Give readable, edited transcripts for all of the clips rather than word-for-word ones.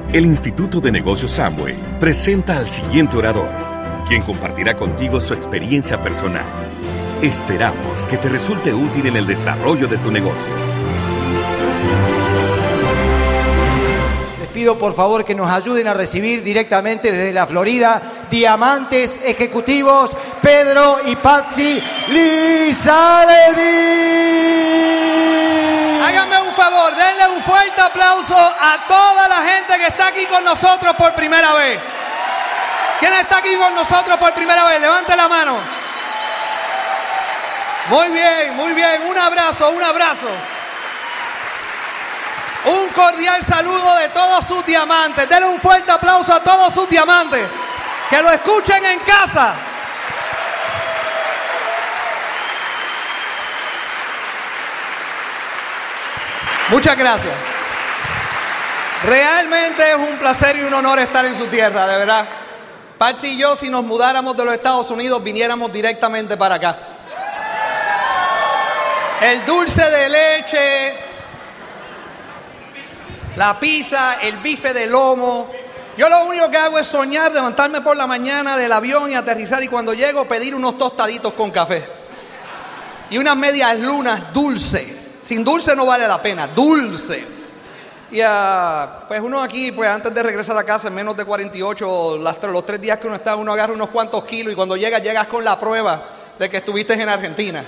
El Instituto de Negocios Amway presenta al siguiente orador, quien compartirá contigo su experiencia personal. Esperamos que te resulte útil en el desarrollo de tu negocio. Les pido por favor que nos ayuden a recibir directamente desde la Florida diamantes ejecutivos Pedro y Patsy Lizaledi. Háganme un favor, denle un fuerte aplauso a toda la gente que está aquí con nosotros por primera vez. ¿Quién está aquí con nosotros por primera vez? Levante la mano. Muy bien, muy bien. Un abrazo, un abrazo. Un cordial saludo de todos sus diamantes. Denle un fuerte aplauso a todos sus diamantes. Que lo escuchen en casa. Muchas gracias. Realmente es un placer y un honor estar en su tierra, de verdad. Patsy y yo, si nos mudáramos de los Estados Unidos, viniéramos directamente para acá. El dulce de leche, la pizza, el bife de lomo. Yo lo único que hago es soñar, levantarme por la mañana del avión y aterrizar, y cuando llego pedir unos tostaditos con café y unas medias lunas dulce. Sin dulce no vale la pena, dulce. Y pues uno aquí, pues antes de regresar a casa en menos de 48, los 3 días que uno está, uno agarra unos cuantos kilos, y cuando llegas con la prueba de que estuviste en Argentina.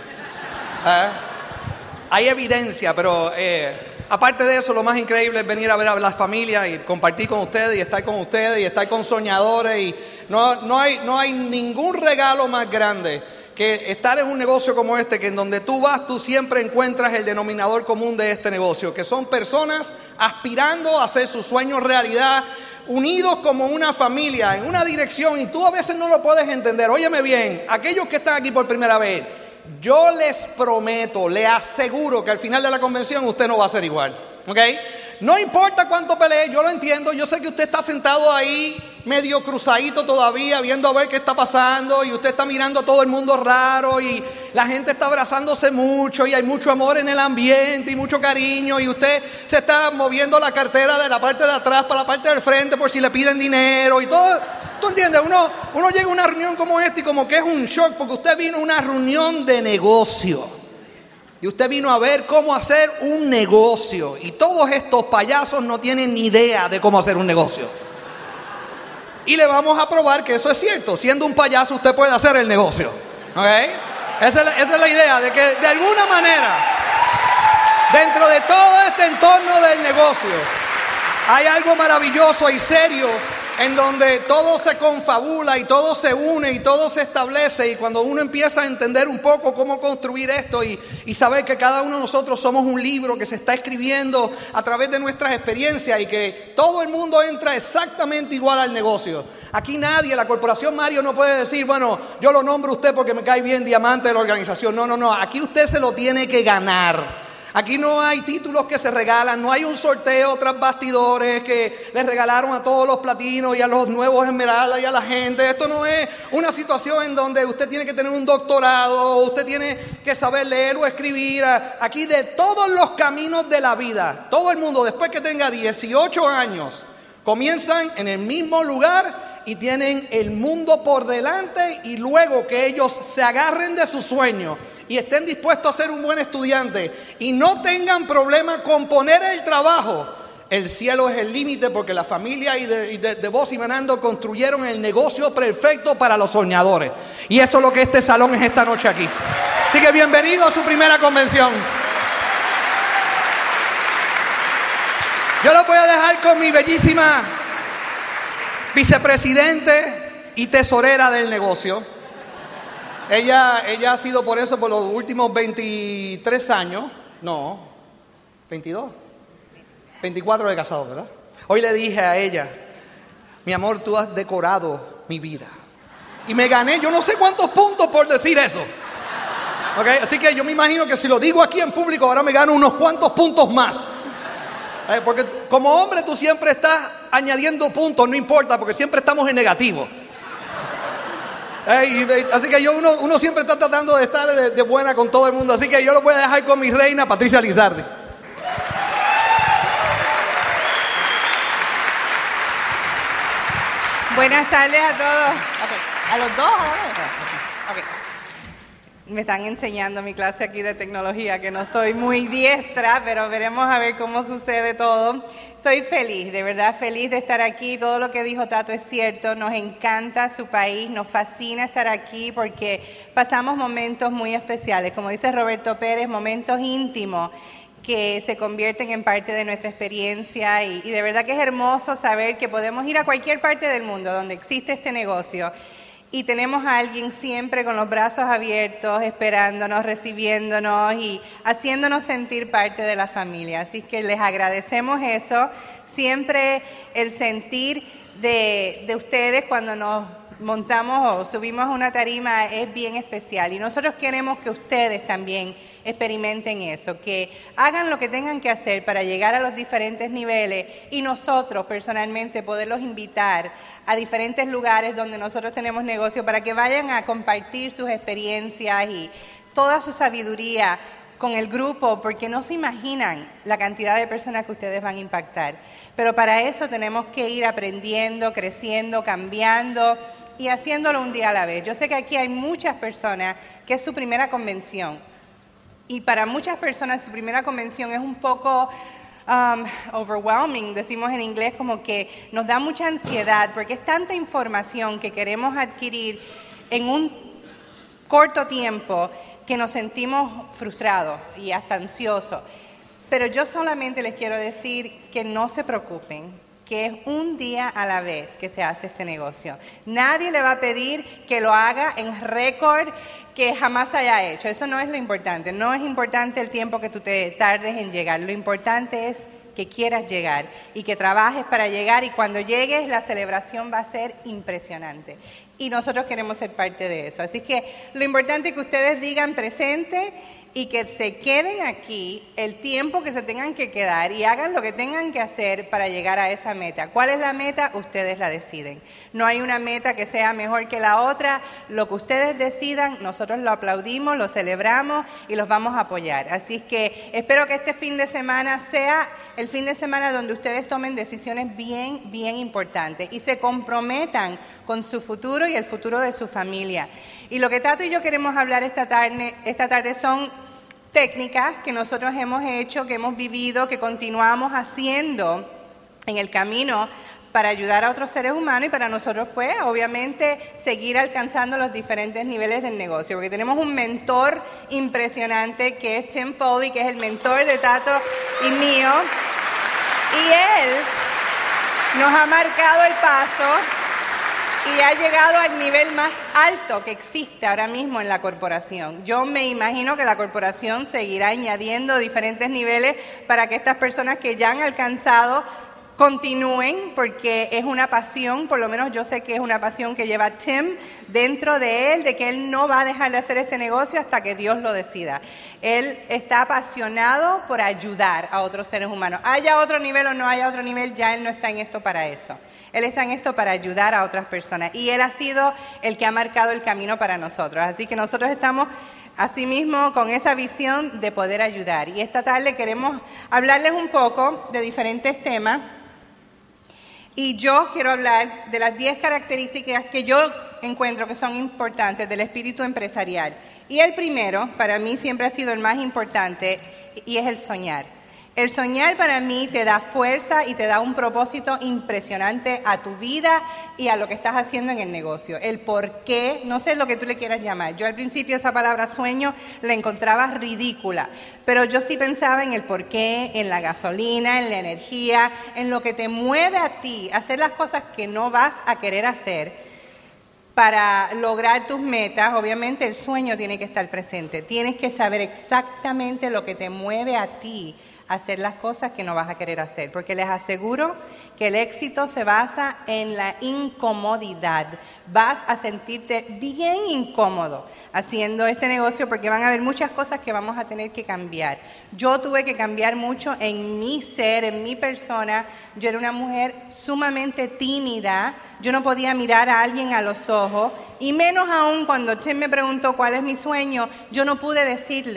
Hay evidencia, pero aparte de eso, lo más increíble es venir a ver a las familias y compartir con ustedes y estar con ustedes y estar con soñadores. Y no hay ningún regalo más grande que estar en un negocio como este, que en donde tú vas, tú siempre encuentras el denominador común de este negocio, que son personas aspirando a hacer sus sueños realidad, unidos como una familia, en una dirección, y tú a veces no lo puedes entender. Óyeme bien, aquellos que están aquí por primera vez, yo les prometo, les aseguro que al final de la convención usted no va a ser igual, ¿ok? No importa cuánto pelee, yo lo entiendo, yo sé que usted está sentado ahí medio cruzadito todavía, viendo a ver qué está pasando, y usted está mirando a todo el mundo raro, y la gente está abrazándose mucho, y hay mucho amor en el ambiente y mucho cariño, y usted se está moviendo la cartera de la parte de atrás para la parte del frente por si le piden dinero y todo. ¿Tú entiendes? Uno llega a una reunión como esta y como que es un shock, porque usted vino a una reunión de negocio. Y usted vino a ver cómo hacer un negocio. Y todos estos payasos no tienen ni idea de cómo hacer un negocio. Y le vamos a probar que eso es cierto. Siendo un payaso usted puede hacer el negocio. ¿Ok? Esa es la idea, de que de alguna manera, dentro de todo este entorno del negocio, hay algo maravilloso y serio en donde todo se confabula y todo se une y todo se establece. Y cuando uno empieza a entender un poco cómo construir esto y saber que cada uno de nosotros somos un libro que se está escribiendo a través de nuestras experiencias, y que todo el mundo entra exactamente igual al negocio. Aquí nadie, la corporación Mario no puede decir, bueno, yo lo nombro a usted porque me cae bien, diamante de la organización. No, aquí usted se lo tiene que ganar. Aquí no hay títulos que se regalan, no hay un sorteo tras bastidores que les regalaron a todos los platinos y a los nuevos esmeraldas y a la gente. Esto no es una situación en donde usted tiene que tener un doctorado, usted tiene que saber leer o escribir. Aquí, de todos los caminos de la vida, todo el mundo, después que tenga 18 años, comienzan en el mismo lugar y tienen el mundo por delante, y luego que ellos se agarren de sus sueños y estén dispuestos a ser un buen estudiante y no tengan problema con poner el trabajo, el cielo es el límite, porque la familia de Vos y Manando construyeron el negocio perfecto para los soñadores. Y eso es lo que este salón es esta noche aquí. Así que bienvenido a su primera convención. Yo los voy a dejar con mi bellísima vicepresidente y tesorera del negocio. Ella ha sido por eso por los últimos 23 años. No, 22. 24 de casado, ¿verdad? Hoy le dije a ella, mi amor, tú has decorado mi vida. Y me gané yo no sé cuántos puntos por decir eso. ¿Okay? Así que yo me imagino que si lo digo aquí en público, ahora me gano unos cuantos puntos más. Porque como hombre tú siempre estás añadiendo puntos, no importa, porque siempre estamos en negativo. Así que uno siempre está tratando de estar de buena con todo el mundo. Así que yo lo voy a dejar con mi reina Patricia Lizaledi. Buenas tardes a todos. Okay. ¿A los dos a la vez? Okay. Me están enseñando mi clase aquí de tecnología, que no estoy muy diestra, pero veremos a ver cómo sucede todo. Estoy feliz, de verdad feliz de estar aquí. Todo lo que dijo Tato es cierto. Nos encanta su país, nos fascina estar aquí porque pasamos momentos muy especiales. Como dice Roberto Pérez, momentos íntimos que se convierten en parte de nuestra experiencia y de verdad que es hermoso saber que podemos ir a cualquier parte del mundo donde existe este negocio y tenemos a alguien siempre con los brazos abiertos, esperándonos, recibiéndonos y haciéndonos sentir parte de la familia. Así que les agradecemos eso. Siempre el sentir de ustedes cuando nos montamos o subimos a una tarima es bien especial. Y nosotros queremos que ustedes también experimenten eso, que hagan lo que tengan que hacer para llegar a los diferentes niveles y nosotros personalmente poderlos invitar a diferentes lugares donde nosotros tenemos negocio para que vayan a compartir sus experiencias y toda su sabiduría con el grupo, porque no se imaginan la cantidad de personas que ustedes van a impactar. Pero para eso tenemos que ir aprendiendo, creciendo, cambiando y haciéndolo un día a la vez. Yo sé que aquí hay muchas personas que es su primera convención. Y para muchas personas su primera convención es un poco overwhelming, decimos en inglés, como que nos da mucha ansiedad porque es tanta información que queremos adquirir en un corto tiempo que nos sentimos frustrados y hasta ansiosos. Pero yo solamente les quiero decir que no se preocupen, que es un día a la vez que se hace este negocio. Nadie le va a pedir que lo haga en récord que jamás haya hecho. Eso no es lo importante. No es importante el tiempo que tú te tardes en llegar. Lo importante es que quieras llegar y que trabajes para llegar y cuando llegues la celebración va a ser impresionante. Y nosotros queremos ser parte de eso. Así que lo importante es que ustedes digan presente y que se queden aquí el tiempo que se tengan que quedar y hagan lo que tengan que hacer para llegar a esa meta. ¿Cuál es la meta? Ustedes la deciden. No hay una meta que sea mejor que la otra. Lo que ustedes decidan, nosotros lo aplaudimos, lo celebramos y los vamos a apoyar. Así que espero que este fin de semana sea el fin de semana donde ustedes tomen decisiones bien, bien importantes y se comprometan con su futuro y el futuro de su familia. Y lo que Tato y yo queremos hablar esta tarde son técnicas que nosotros hemos hecho, que hemos vivido, que continuamos haciendo en el camino para ayudar a otros seres humanos y para nosotros, pues, obviamente, seguir alcanzando los diferentes niveles del negocio. Porque tenemos un mentor impresionante que es Tim Foley, que es el mentor de Tato y mío. Y él nos ha marcado el paso y ha llegado al nivel más alto que existe ahora mismo en la corporación. Yo me imagino que la corporación seguirá añadiendo diferentes niveles para que estas personas que ya han alcanzado continúen, porque es una pasión, por lo menos yo sé que es una pasión que lleva Tim dentro de él, de que él no va a dejar de hacer este negocio hasta que Dios lo decida. Él está apasionado por ayudar a otros seres humanos. Haya otro nivel o no haya otro nivel, ya él no está en esto para eso. Él está en esto para ayudar a otras personas y Él ha sido el que ha marcado el camino para nosotros. Así que nosotros estamos asimismo con esa visión de poder ayudar. Y esta tarde queremos hablarles un poco de diferentes temas y yo quiero hablar de las 10 características que yo encuentro que son importantes del espíritu empresarial. Y el primero, para mí siempre ha sido el más importante y es el soñar. El soñar para mí te da fuerza y te da un propósito impresionante a tu vida y a lo que estás haciendo en el negocio. El por qué, no sé lo que tú le quieras llamar. Yo al principio esa palabra sueño la encontraba ridícula, pero yo sí pensaba en el por qué, en la gasolina, en la energía, en lo que te mueve a ti, hacer las cosas que no vas a querer hacer para lograr tus metas. Obviamente el sueño tiene que estar presente. Tienes que saber exactamente lo que te mueve a ti hacer las cosas que no vas a querer hacer, porque les aseguro que el éxito se basa en la incomodidad. Vas a sentirte bien incómodo haciendo este negocio porque van a haber muchas cosas que vamos a tener que cambiar. Yo tuve que cambiar mucho en mi ser, en mi persona. Yo era una mujer sumamente tímida, yo no podía mirar a alguien a los ojos y menos aún cuando Tim me preguntó cuál es mi sueño, yo no pude decirle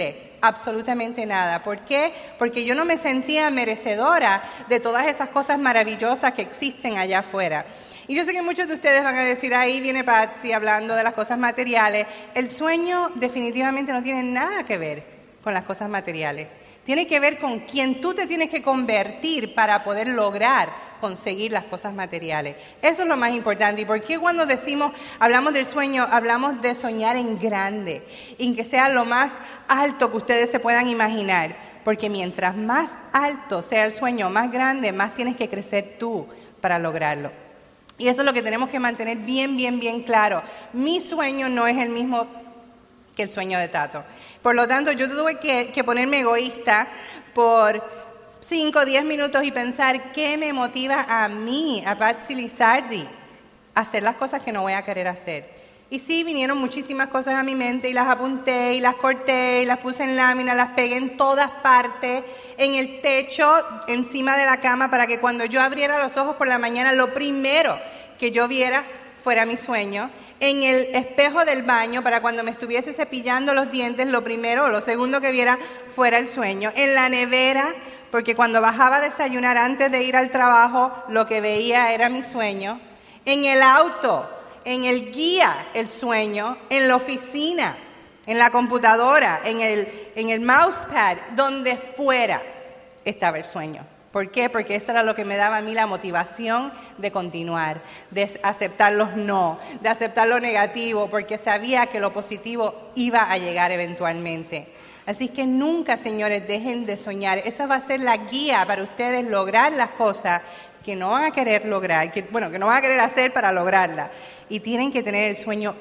absolutamente nada. ¿Por qué? Porque yo no me sentía merecedora de todas esas cosas maravillosas que existen allá afuera. Y yo sé que muchos de ustedes van a decir, ahí viene Patsy hablando de las cosas materiales. El sueño definitivamente no tiene nada que ver con las cosas materiales. Tiene que ver con quién tú te tienes que convertir para poder lograr conseguir las cosas materiales. Eso es lo más importante. ¿Y por qué cuando hablamos del sueño, hablamos de soñar en grande? Y que sea lo más alto que ustedes se puedan imaginar. Porque mientras más alto sea el sueño, más grande, más tienes que crecer tú para lograrlo. Y eso es lo que tenemos que mantener bien claro. Mi sueño no es el mismo que el sueño de Tato. Por lo tanto, yo tuve que ponerme egoísta por 5 o 10 minutos y pensar qué me motiva a mí, a Patsy Lizardi, a hacer las cosas que no voy a querer hacer. Y sí, vinieron muchísimas cosas a mi mente y las apunté y las corté y las puse en lámina, las pegué en todas partes, en el techo, encima de la cama, para que cuando yo abriera los ojos por la mañana, lo primero que yo viera fuera mi sueño. En el espejo del baño, para cuando me estuviese cepillando los dientes, lo primero o lo segundo que viera fuera el sueño. En la nevera, porque cuando bajaba a desayunar antes de ir al trabajo, lo que veía era mi sueño. En el auto, en el guía, el sueño. En la oficina, en la computadora, en el mousepad, donde fuera estaba el sueño. ¿Por qué? Porque eso era lo que me daba a mí la motivación de continuar, de aceptar los no, de aceptar lo negativo, porque sabía que lo positivo iba a llegar eventualmente. Así que nunca, señores, dejen de soñar. Esa va a ser la guía para ustedes lograr las cosas que no van a querer lograr, que no van a querer hacer para lograrlas. Y tienen que tener el sueño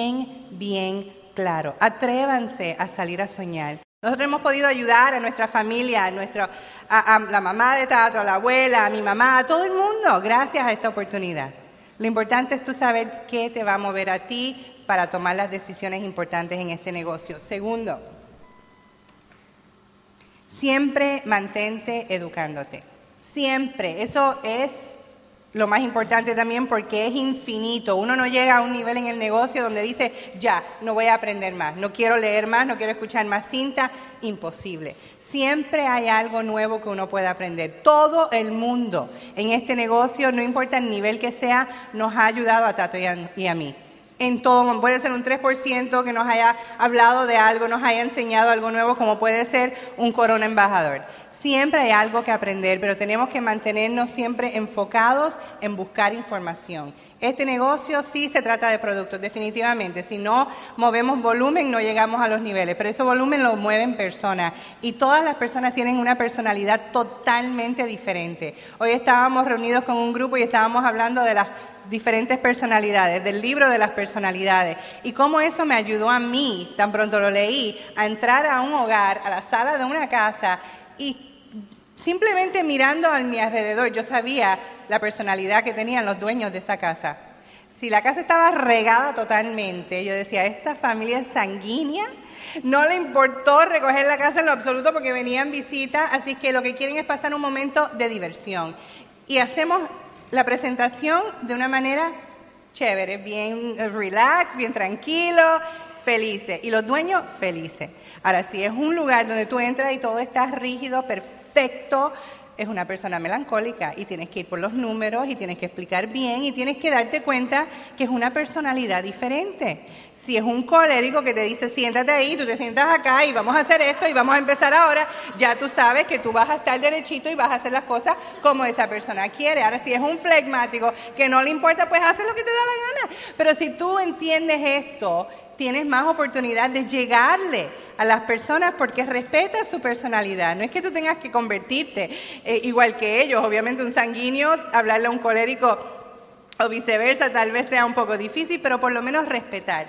bien claro. Atrévanse a salir a soñar. Nosotros hemos podido ayudar a nuestra familia, a la mamá de Tato, a la abuela, a mi mamá, a todo el mundo, gracias a esta oportunidad. Lo importante es tú saber qué te va a mover a ti para tomar las decisiones importantes en este negocio. Segundo, siempre mantente educándote. Siempre. Eso es lo más importante también porque es infinito. Uno no llega a un nivel en el negocio donde dice, ya, no voy a aprender más, no quiero leer más, no quiero escuchar más cinta. Imposible. Siempre hay algo nuevo que uno puede aprender. Todo el mundo en este negocio, no importa el nivel que sea, nos ha ayudado a Tato y a mí. En todo, puede ser un 3% que nos haya hablado de algo, nos haya enseñado algo nuevo, como puede ser un Corona embajador. Siempre hay algo que aprender, pero tenemos que mantenernos siempre enfocados en buscar información. Este negocio sí se trata de productos, definitivamente. Si no movemos volumen, no llegamos a los niveles, pero ese volumen lo mueven personas. Y todas las personas tienen una personalidad totalmente diferente. Hoy estábamos reunidos con un grupo y estábamos hablando de las diferentes personalidades, del libro de las personalidades, y cómo eso me ayudó a mí, tan pronto lo leí, a entrar a un hogar, a la sala de una casa, y simplemente mirando a mi alrededor, yo sabía la personalidad que tenían los dueños de esa casa. Si la casa estaba regada totalmente, yo decía, esta familia es sanguínea, no le importó recoger la casa en lo absoluto porque venían visitas, así que lo que quieren es pasar un momento de diversión. Y hacemos la presentación de una manera chévere, bien relax, bien tranquilo, felices. Y los dueños felices. Ahora, si es un lugar donde tú entras y todo está rígido, perfecto, es una persona melancólica y tienes que ir por los números y tienes que explicar bien y tienes que darte cuenta que es una personalidad diferente. Si es un colérico que te dice siéntate ahí, tú te sientas acá y vamos a hacer esto y vamos a empezar ahora, ya tú sabes que tú vas a estar derechito y vas a hacer las cosas como esa persona quiere. Ahora, si es un flegmático que no le importa, pues hace lo que te da la gana. Pero si tú entiendes esto, tienes más oportunidad de llegarle a las personas porque respetas su personalidad. No es que tú tengas que convertirte igual que ellos. Obviamente un sanguíneo, hablarle a un colérico o viceversa, tal vez sea un poco difícil, pero por lo menos respetar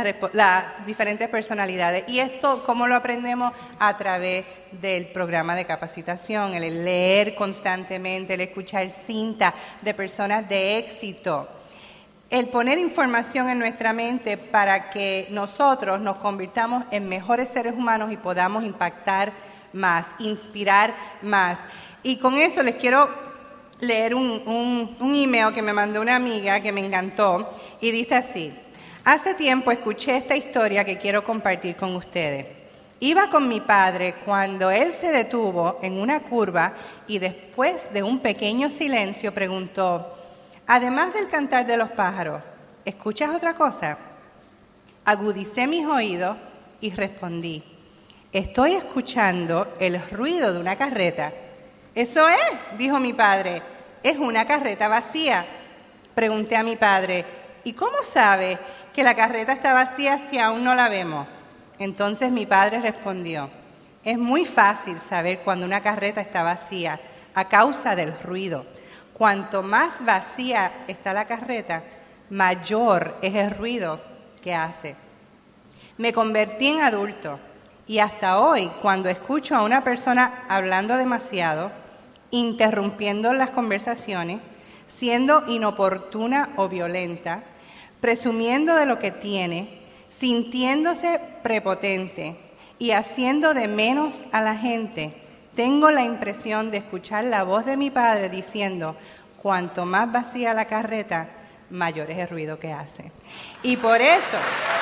las diferentes personalidades. Y esto, ¿cómo lo aprendemos? A través del programa de capacitación, el leer constantemente, el escuchar cinta de personas de éxito. El poner información en nuestra mente para que nosotros nos convirtamos en mejores seres humanos y podamos impactar más, inspirar más. Y con eso les quiero leer un email que me mandó una amiga que me encantó y dice así: hace tiempo escuché esta historia que quiero compartir con ustedes. Iba con mi padre cuando él se detuvo en una curva y después de un pequeño silencio preguntó, además del cantar de los pájaros, ¿escuchas otra cosa? Agudicé mis oídos y respondí, estoy escuchando el ruido de una carreta. Eso es, dijo mi padre, es una carreta vacía. Pregunté a mi padre, ¿y cómo sabe que la carreta está vacía si aún no la vemos? Entonces mi padre respondió, es muy fácil saber cuando una carreta está vacía a causa del ruido. Cuanto más vacía está la carreta, mayor es el ruido que hace. Me convertí en adulto y hasta hoy, cuando escucho a una persona hablando demasiado, interrumpiendo las conversaciones, siendo inoportuna o violenta, presumiendo de lo que tiene, sintiéndose prepotente y haciendo de menos a la gente, tengo la impresión de escuchar la voz de mi padre diciendo, cuanto más vacía la carreta, mayor es el ruido que hace. Y por eso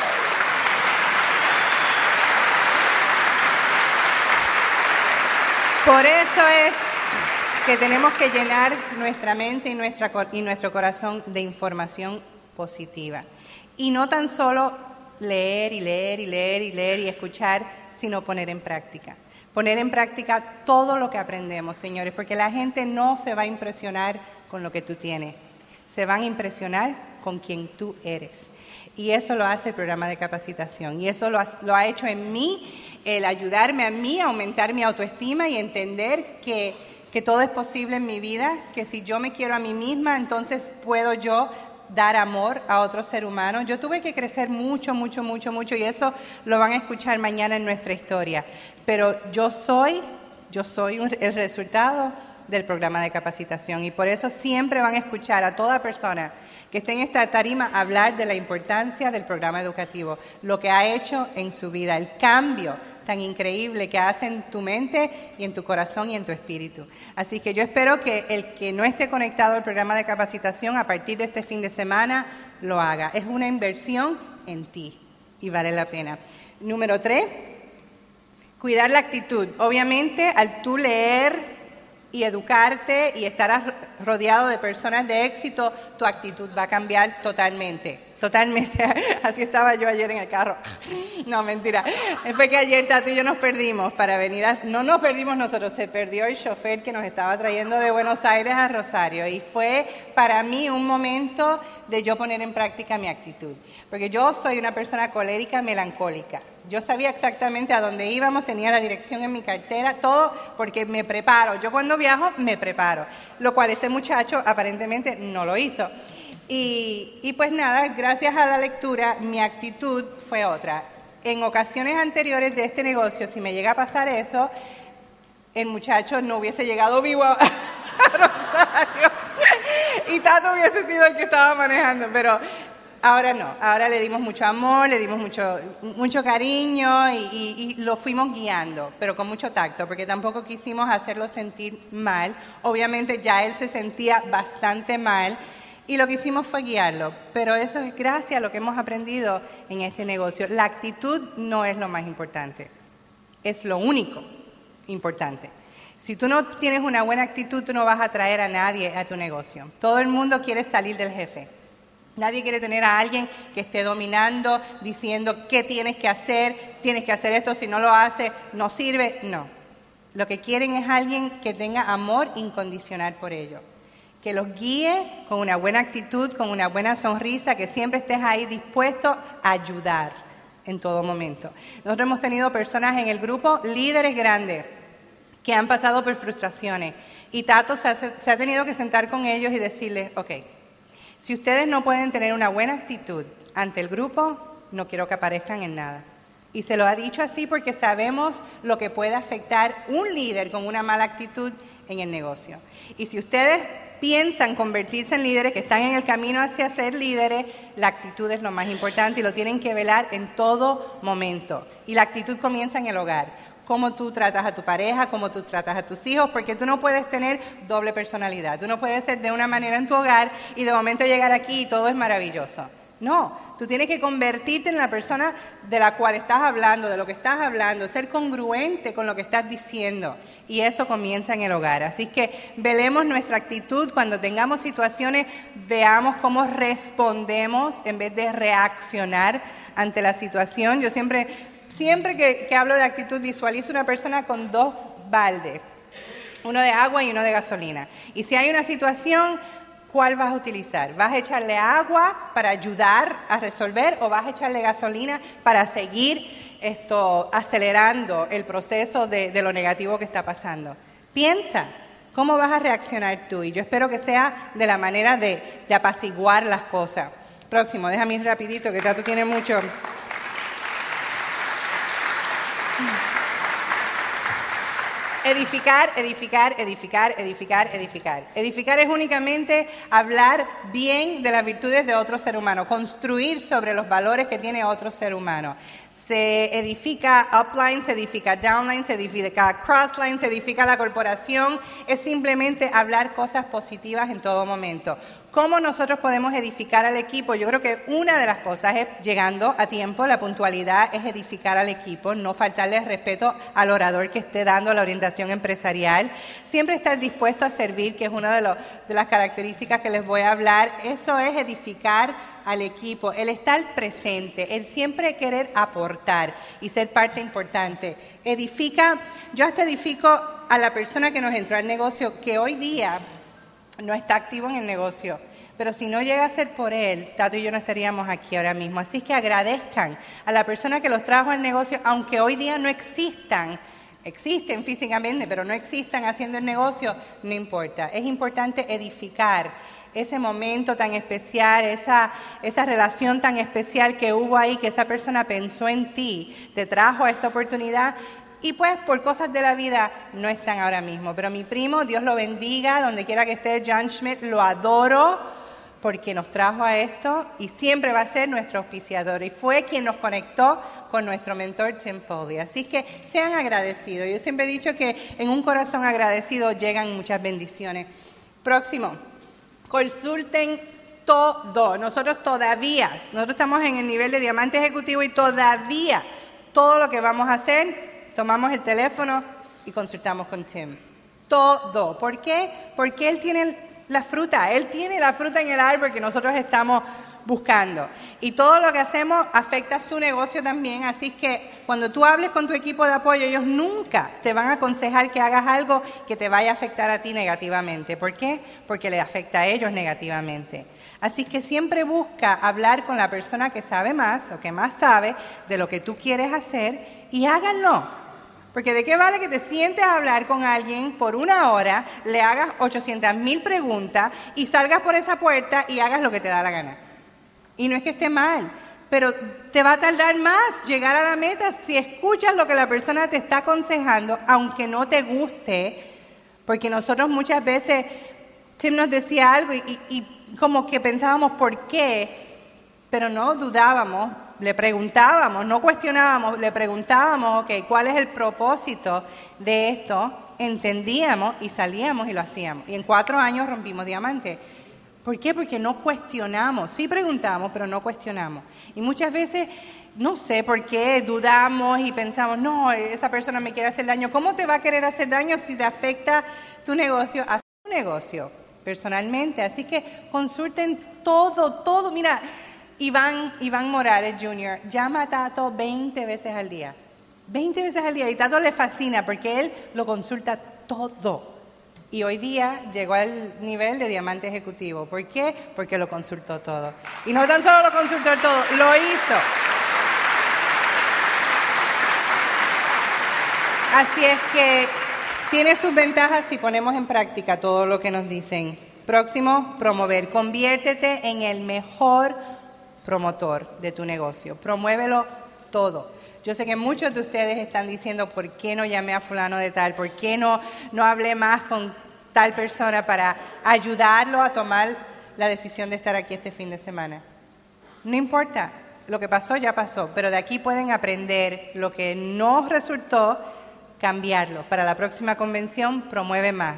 es que tenemos que llenar nuestra mente y nuestro corazón de información positiva. Y no tan solo leer y escuchar, sino poner en práctica. Poner en práctica todo lo que aprendemos, señores, porque la gente no se va a impresionar con lo que tú tienes, se van a impresionar con quien tú eres. Y eso lo hace el programa de capacitación. Y eso lo ha hecho en mí, el ayudarme a mí a aumentar mi autoestima y entender que todo es posible en mi vida, que si yo me quiero a mí misma, entonces puedo yo dar amor a otro ser humano. Yo tuve que crecer mucho, y eso lo van a escuchar mañana en nuestra historia. Pero yo soy el resultado del programa de capacitación y por eso siempre van a escuchar a toda persona que esté en esta tarima hablar de la importancia del programa educativo, lo que ha hecho en su vida, el cambio tan increíble que hace en tu mente y en tu corazón y en tu espíritu. Así que yo espero que el que no esté conectado al programa de capacitación a partir de este fin de semana lo haga. Es una inversión en ti y vale la pena. Número 3, cuidar la actitud. Obviamente, al tú leer y educarte y estar rodeado de personas de éxito, tu actitud va a cambiar totalmente. Así estaba yo ayer en el carro. No, mentira. Fue que ayer Tato y yo nos perdimos para venir no nos perdimos nosotros, se perdió el chofer que nos estaba trayendo de Buenos Aires a Rosario. Y fue para mí un momento de yo poner en práctica mi actitud. Porque yo soy una persona colérica, melancólica. Yo sabía exactamente a dónde íbamos, tenía la dirección en mi cartera, todo porque me preparo. Yo cuando viajo me preparo, lo cual este muchacho aparentemente no lo hizo. Y pues nada, gracias a la lectura mi actitud fue otra. En ocasiones anteriores de este negocio, si me llega a pasar eso, el muchacho no hubiese llegado vivo a Rosario y Tato hubiese sido el que estaba manejando, pero ahora no, ahora le dimos mucho amor, le dimos mucho cariño y lo fuimos guiando, pero con mucho tacto, porque tampoco quisimos hacerlo sentir mal. Obviamente ya él se sentía bastante mal y lo que hicimos fue guiarlo, pero eso es gracias a lo que hemos aprendido en este negocio. La actitud no es lo más importante, es lo único importante. Si tú no tienes una buena actitud, tú no vas a traer a nadie a tu negocio. Todo el mundo quiere salir del jefe. Nadie quiere tener a alguien que esté dominando, diciendo qué tienes que hacer esto, si no lo haces, no sirve. No. Lo que quieren es alguien que tenga amor incondicional por ellos, que los guíe con una buena actitud, con una buena sonrisa, que siempre estés ahí dispuesto a ayudar en todo momento. Nosotros hemos tenido personas en el grupo, líderes grandes, que han pasado por frustraciones y Tato se ha tenido que sentar con ellos y decirles, ok, si ustedes no pueden tener una buena actitud ante el grupo, no quiero que aparezcan en nada. Y se lo ha dicho así porque sabemos lo que puede afectar un líder con una mala actitud en el negocio. Y si ustedes piensan convertirse en líderes, que están en el camino hacia ser líderes, la actitud es lo más importante y lo tienen que velar en todo momento. Y la actitud comienza en el hogar. Cómo tú tratas a tu pareja, cómo tú tratas a tus hijos, porque tú no puedes tener doble personalidad. Tú no puedes ser de una manera en tu hogar y de momento llegar aquí y todo es maravilloso. No, tú tienes que convertirte en la persona de la cual estás hablando, de lo que estás hablando, ser congruente con lo que estás diciendo. Y eso comienza en el hogar. Así que velemos nuestra actitud cuando tengamos situaciones, veamos cómo respondemos en vez de reaccionar ante la situación. Yo siempre que hablo de actitud, visualizo una persona con 2 baldes, uno de agua y uno de gasolina. Y si hay una situación, ¿cuál vas a utilizar? ¿Vas a echarle agua para ayudar a resolver o vas a echarle gasolina para seguir acelerando el proceso de lo negativo que está pasando? Piensa, ¿cómo vas a reaccionar tú? Y yo espero que sea de la manera de apaciguar las cosas. Próximo, déjame ir rapidito, que Tato tiene mucho. Edificar, edificar, edificar, edificar, edificar. Edificar es únicamente hablar bien de las virtudes de otro ser humano, construir sobre los valores que tiene otro ser humano. Se edifica upline, se edifica downline, se edifica crossline, se edifica la corporación. Es simplemente hablar cosas positivas en todo momento. ¿Cómo nosotros podemos edificar al equipo? Yo creo que una de las cosas es llegando a tiempo, la puntualidad es edificar al equipo, no faltarle respeto al orador que esté dando la orientación empresarial. Siempre estar dispuesto a servir, que es una de las características que les voy a hablar. Eso es edificar al equipo, el estar presente, el siempre querer aportar y ser parte importante. Yo hasta edifico a la persona que nos entró al negocio, que hoy día no está activo en el negocio, pero si no llega a ser por él, Tato y yo no estaríamos aquí ahora mismo. Así que agradezcan a la persona que los trajo al negocio, aunque hoy día no existen físicamente, pero no existan haciendo el negocio, no importa. Es importante edificar ese momento tan especial, esa relación tan especial que hubo ahí, que esa persona pensó en ti, te trajo a esta oportunidad. Y pues por cosas de la vida no están ahora mismo. Pero mi primo, Dios lo bendiga, donde quiera que esté, John Schmidt, lo adoro porque nos trajo a esto y siempre va a ser nuestro auspiciador. Y fue quien nos conectó con nuestro mentor Tim Foley. Así que sean agradecidos. Yo siempre he dicho que en un corazón agradecido llegan muchas bendiciones. Próximo, consulten todo. Nosotros estamos en el nivel de diamante ejecutivo y todavía todo lo que vamos a hacer, tomamos el teléfono y consultamos con Tim. Todo. ¿Por qué? Porque él tiene la fruta. Él tiene la fruta en el árbol que nosotros estamos buscando. Y todo lo que hacemos afecta a su negocio también. Así que cuando tú hables con tu equipo de apoyo, ellos nunca te van a aconsejar que hagas algo que te vaya a afectar a ti negativamente. ¿Por qué? Porque le afecta a ellos negativamente. Así que siempre busca hablar con la persona que sabe más o que más sabe de lo que tú quieres hacer y háganlo. Porque ¿de qué vale que te sientes a hablar con alguien por 1 hora, le hagas 800,000 preguntas y salgas por esa puerta y hagas lo que te da la gana? Y no es que esté mal, pero te va a tardar más llegar a la meta si escuchas lo que la persona te está aconsejando, aunque no te guste. Porque nosotros muchas veces, Tim nos decía algo y como que pensábamos por qué, pero no dudábamos. Le preguntábamos, no cuestionábamos, le preguntábamos, ok, ¿cuál es el propósito de esto? Entendíamos y salíamos y lo hacíamos. Y en 4 años rompimos diamante. ¿Por qué? Porque no cuestionamos. Sí preguntamos, pero no cuestionamos. Y muchas veces, no sé por qué, dudamos y pensamos, no, esa persona me quiere hacer daño. ¿Cómo te va a querer hacer daño si te afecta tu negocio? A tu negocio, personalmente. Así que consulten todo. Mira, Iván Morales Jr. llama a Tato 20 veces al día. 20 veces al día. Y Tato le fascina porque él lo consulta todo. Y hoy día llegó al nivel de diamante ejecutivo. ¿Por qué? Porque lo consultó todo. Y no tan solo lo consultó todo, lo hizo. Así es que tiene sus ventajas si ponemos en práctica todo lo que nos dicen. Próximo, promover. Conviértete en el mejor promotor de tu negocio. Promuévelo todo. Yo sé que muchos de ustedes están diciendo, ¿por qué no llamé a fulano de tal? ¿Por qué no hablé más con tal persona para ayudarlo a tomar la decisión de estar aquí este fin de semana? No importa, lo que pasó ya pasó, pero de aquí pueden aprender lo que no resultó, cambiarlo. Para la próxima convención, promueve más.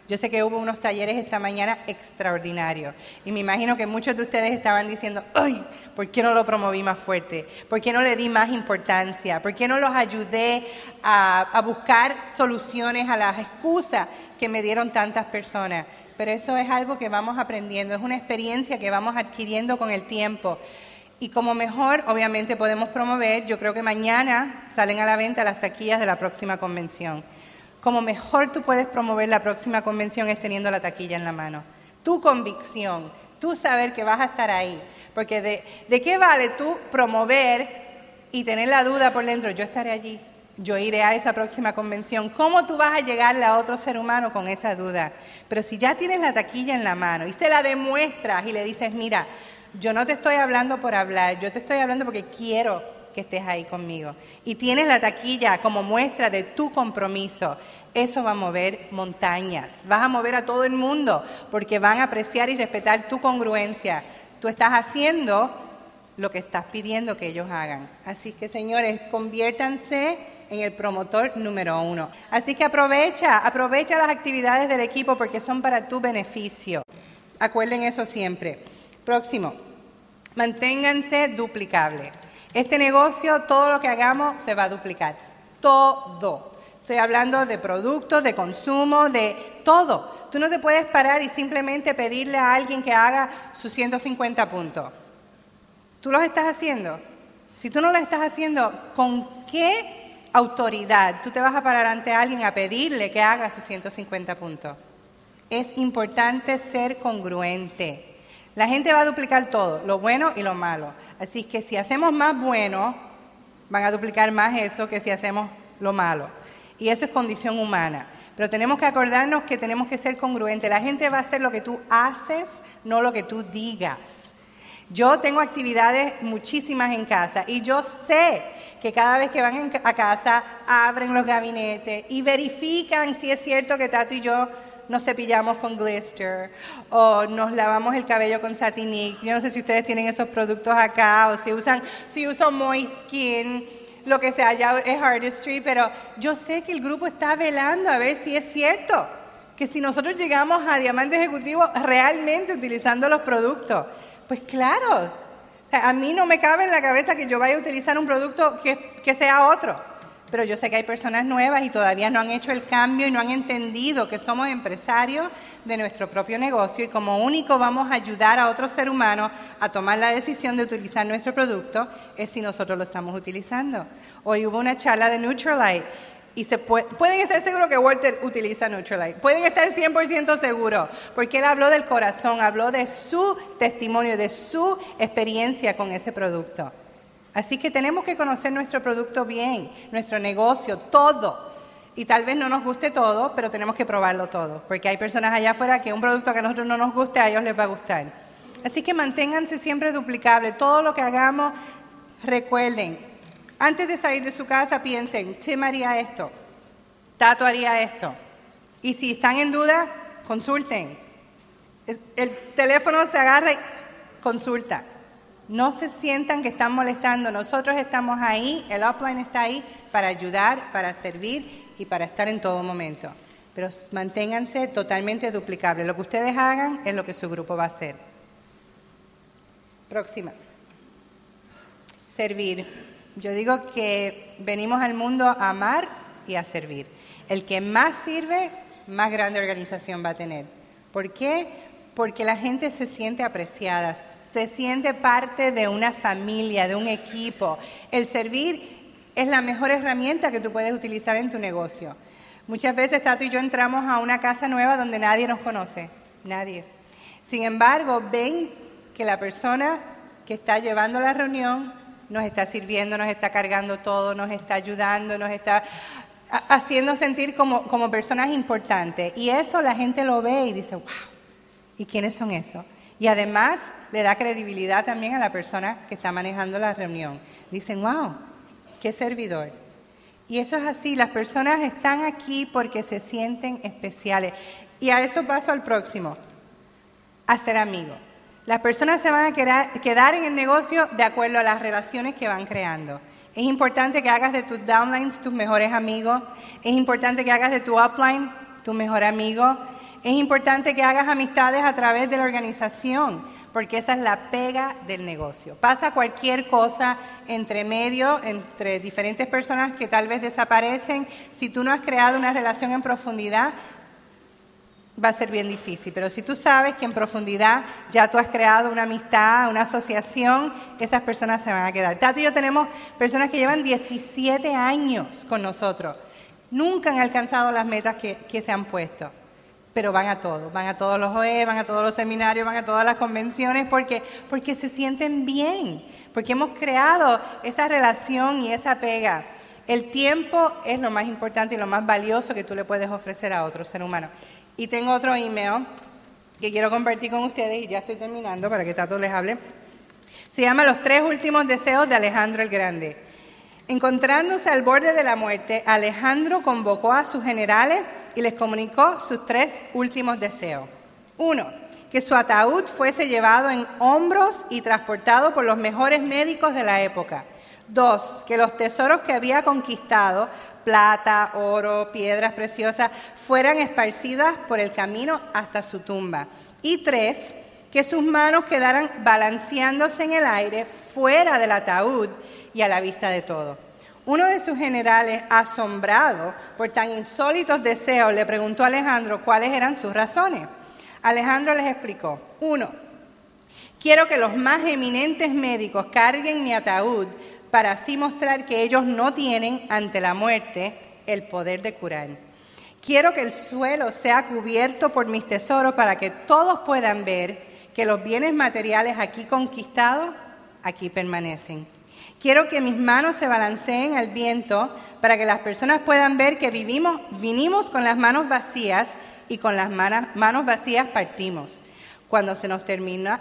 Yo sé que hubo unos talleres esta mañana extraordinarios y me imagino que muchos de ustedes estaban diciendo, ¡ay! ¿Por qué no lo promoví más fuerte? ¿Por qué no le di más importancia? ¿Por qué no los ayudé a buscar soluciones a las excusas que me dieron tantas personas? Pero eso es algo que vamos aprendiendo, es una experiencia que vamos adquiriendo con el tiempo. Y como mejor, obviamente, podemos promover, yo creo que mañana salen a la venta las taquillas de la próxima convención. Como mejor tú puedes promover la próxima convención es teniendo la taquilla en la mano. Tu convicción, tú saber que vas a estar ahí. Porque ¿de qué vale tú promover y tener la duda por dentro? Yo estaré allí, yo iré a esa próxima convención. ¿Cómo tú vas a llegarle a otro ser humano con esa duda? Pero si ya tienes la taquilla en la mano y se la demuestras y le dices, mira, yo no te estoy hablando por hablar, yo te estoy hablando porque quiero que estés ahí conmigo. Y tienes la taquilla como muestra de tu compromiso. Eso va a mover montañas. Vas a mover a todo el mundo porque van a apreciar y respetar tu congruencia. Tú estás haciendo lo que estás pidiendo que ellos hagan. Así que, señores, conviértanse en el promotor número 1. Así que aprovecha las actividades del equipo porque son para tu beneficio. Acuerden eso siempre. Próximo, manténganse duplicables. Este negocio, todo lo que hagamos se va a duplicar. Todo. Estoy hablando de productos, de consumo, de todo. Tú no te puedes parar y simplemente pedirle a alguien que haga sus 150 puntos. ¿Tú los estás haciendo? Si tú no lo estás haciendo, ¿con qué autoridad tú te vas a parar ante alguien a pedirle que haga sus 150 puntos? Es importante ser congruente. La gente va a duplicar todo, lo bueno y lo malo. Así que si hacemos más bueno, van a duplicar más eso que si hacemos lo malo. Y eso es condición humana. Pero tenemos que acordarnos que tenemos que ser congruentes. La gente va a hacer lo que tú haces, no lo que tú digas. Yo tengo actividades muchísimas en casa y yo sé que cada vez que van a casa abren los gabinetes y verifican si es cierto que Tato y yo nos cepillamos con Glister o nos lavamos el cabello con Satinic. Yo no sé si ustedes tienen esos productos acá o si usan Moist Skin, lo que sea, ya es Artistry, pero yo sé que el grupo está velando a ver si es cierto que si nosotros llegamos a Diamante Ejecutivo realmente utilizando los productos, pues claro, a mí no me cabe en la cabeza que yo vaya a utilizar un producto que sea otro. Pero yo sé que hay personas nuevas y todavía no han hecho el cambio y no han entendido que somos empresarios de nuestro propio negocio y como único vamos a ayudar a otro ser humano a tomar la decisión de utilizar nuestro producto es si nosotros lo estamos utilizando. Hoy hubo una charla de Nutrilite y pueden estar seguros que Walter utiliza Nutrilite. Pueden estar 100% seguros porque él habló del corazón, habló de su testimonio, de su experiencia con ese producto. Así que tenemos que conocer nuestro producto bien, nuestro negocio, todo. Y tal vez no nos guste todo, pero tenemos que probarlo todo. Porque hay personas allá afuera que un producto que a nosotros no nos guste, a ellos les va a gustar. Así que manténganse siempre duplicables. Todo lo que hagamos, recuerden. Antes de salir de su casa, piensen, Tim haría esto, Tato haría esto. Y si están en duda, consulten. El teléfono se agarra y consulta. No se sientan que están molestando. Nosotros estamos ahí, el upline está ahí para ayudar, para servir y para estar en todo momento. Pero manténganse totalmente duplicables. Lo que ustedes hagan es lo que su grupo va a hacer. Próxima. Servir. Yo digo que venimos al mundo a amar y a servir. El que más sirve, más grande organización va a tener. ¿Por qué? Porque la gente se siente apreciada, se siente parte de una familia, de un equipo. El servir es la mejor herramienta que tú puedes utilizar en tu negocio. Muchas veces Tato y yo entramos a una casa nueva donde nadie nos conoce, nadie. Sin embargo, ven que la persona que está llevando la reunión nos está sirviendo, nos está cargando todo, nos está ayudando, nos está haciendo sentir como personas importantes. Y eso la gente lo ve y dice, wow, ¿y quiénes son esos? Y además le da credibilidad también a la persona que está manejando la reunión. Dicen, wow, qué servidor. Y eso es así, las personas están aquí porque se sienten especiales. Y a eso paso al próximo, a ser amigos. Las personas se van a quedar en el negocio de acuerdo a las relaciones que van creando. Es importante que hagas de tus downlines tus mejores amigos. Es importante que hagas de tu upline tu mejor amigo. Es importante que hagas amistades a través de la organización, porque esa es la pega del negocio. Pasa cualquier cosa entre medio, entre diferentes personas que tal vez desaparecen. Si tú no has creado una relación en profundidad, va a ser bien difícil. Pero si tú sabes que en profundidad ya tú has creado una amistad, una asociación, esas personas se van a quedar. Tato y yo tenemos personas que llevan 17 años con nosotros. Nunca han alcanzado las metas que se han puesto. Pero van a todos los OE, van a todos los seminarios, van a todas las convenciones, porque se sienten bien, porque hemos creado esa relación y esa pega. El tiempo es lo más importante y lo más valioso que tú le puedes ofrecer a otro ser humano. Y tengo otro email que quiero compartir con ustedes, y ya estoy terminando para que Tato les hable. Se llama Los 3 últimos deseos de Alejandro el Grande. Encontrándose al borde de la muerte, Alejandro convocó a sus generales y les comunicó sus 3 últimos deseos. 1, que su ataúd fuese llevado en hombros y transportado por los mejores médicos de la época. 2, que los tesoros que había conquistado, plata, oro, piedras preciosas, fueran esparcidas por el camino hasta su tumba. Y 3, que sus manos quedaran balanceándose en el aire fuera del ataúd y a la vista de todos. Uno de sus generales, asombrado por tan insólitos deseos, le preguntó a Alejandro cuáles eran sus razones. Alejandro les explicó: 1, quiero que los más eminentes médicos carguen mi ataúd para así mostrar que ellos no tienen, ante la muerte, el poder de curar. Quiero que el suelo sea cubierto por mis tesoros para que todos puedan ver que los bienes materiales aquí conquistados, aquí permanecen. Quiero que mis manos se balanceen al viento para que las personas puedan ver que vinimos con las manos vacías y con las manos vacías partimos. Cuando se nos termina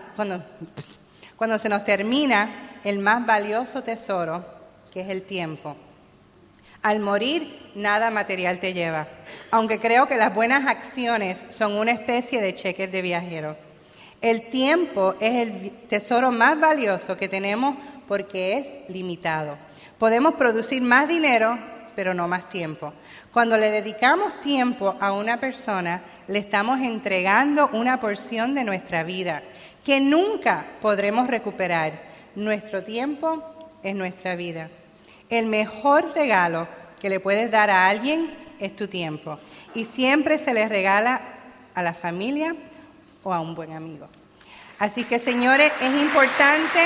el más valioso tesoro, que es el tiempo. Al morir, nada material te lleva, aunque creo que las buenas acciones son una especie de cheques de viajero. El tiempo es el tesoro más valioso que tenemos porque es limitado. Podemos producir más dinero, pero no más tiempo. Cuando le dedicamos tiempo a una persona, le estamos entregando una porción de nuestra vida que nunca podremos recuperar. Nuestro tiempo es nuestra vida. El mejor regalo que le puedes dar a alguien es tu tiempo. Y siempre se le regala a la familia o a un buen amigo. Así que, señores, es importante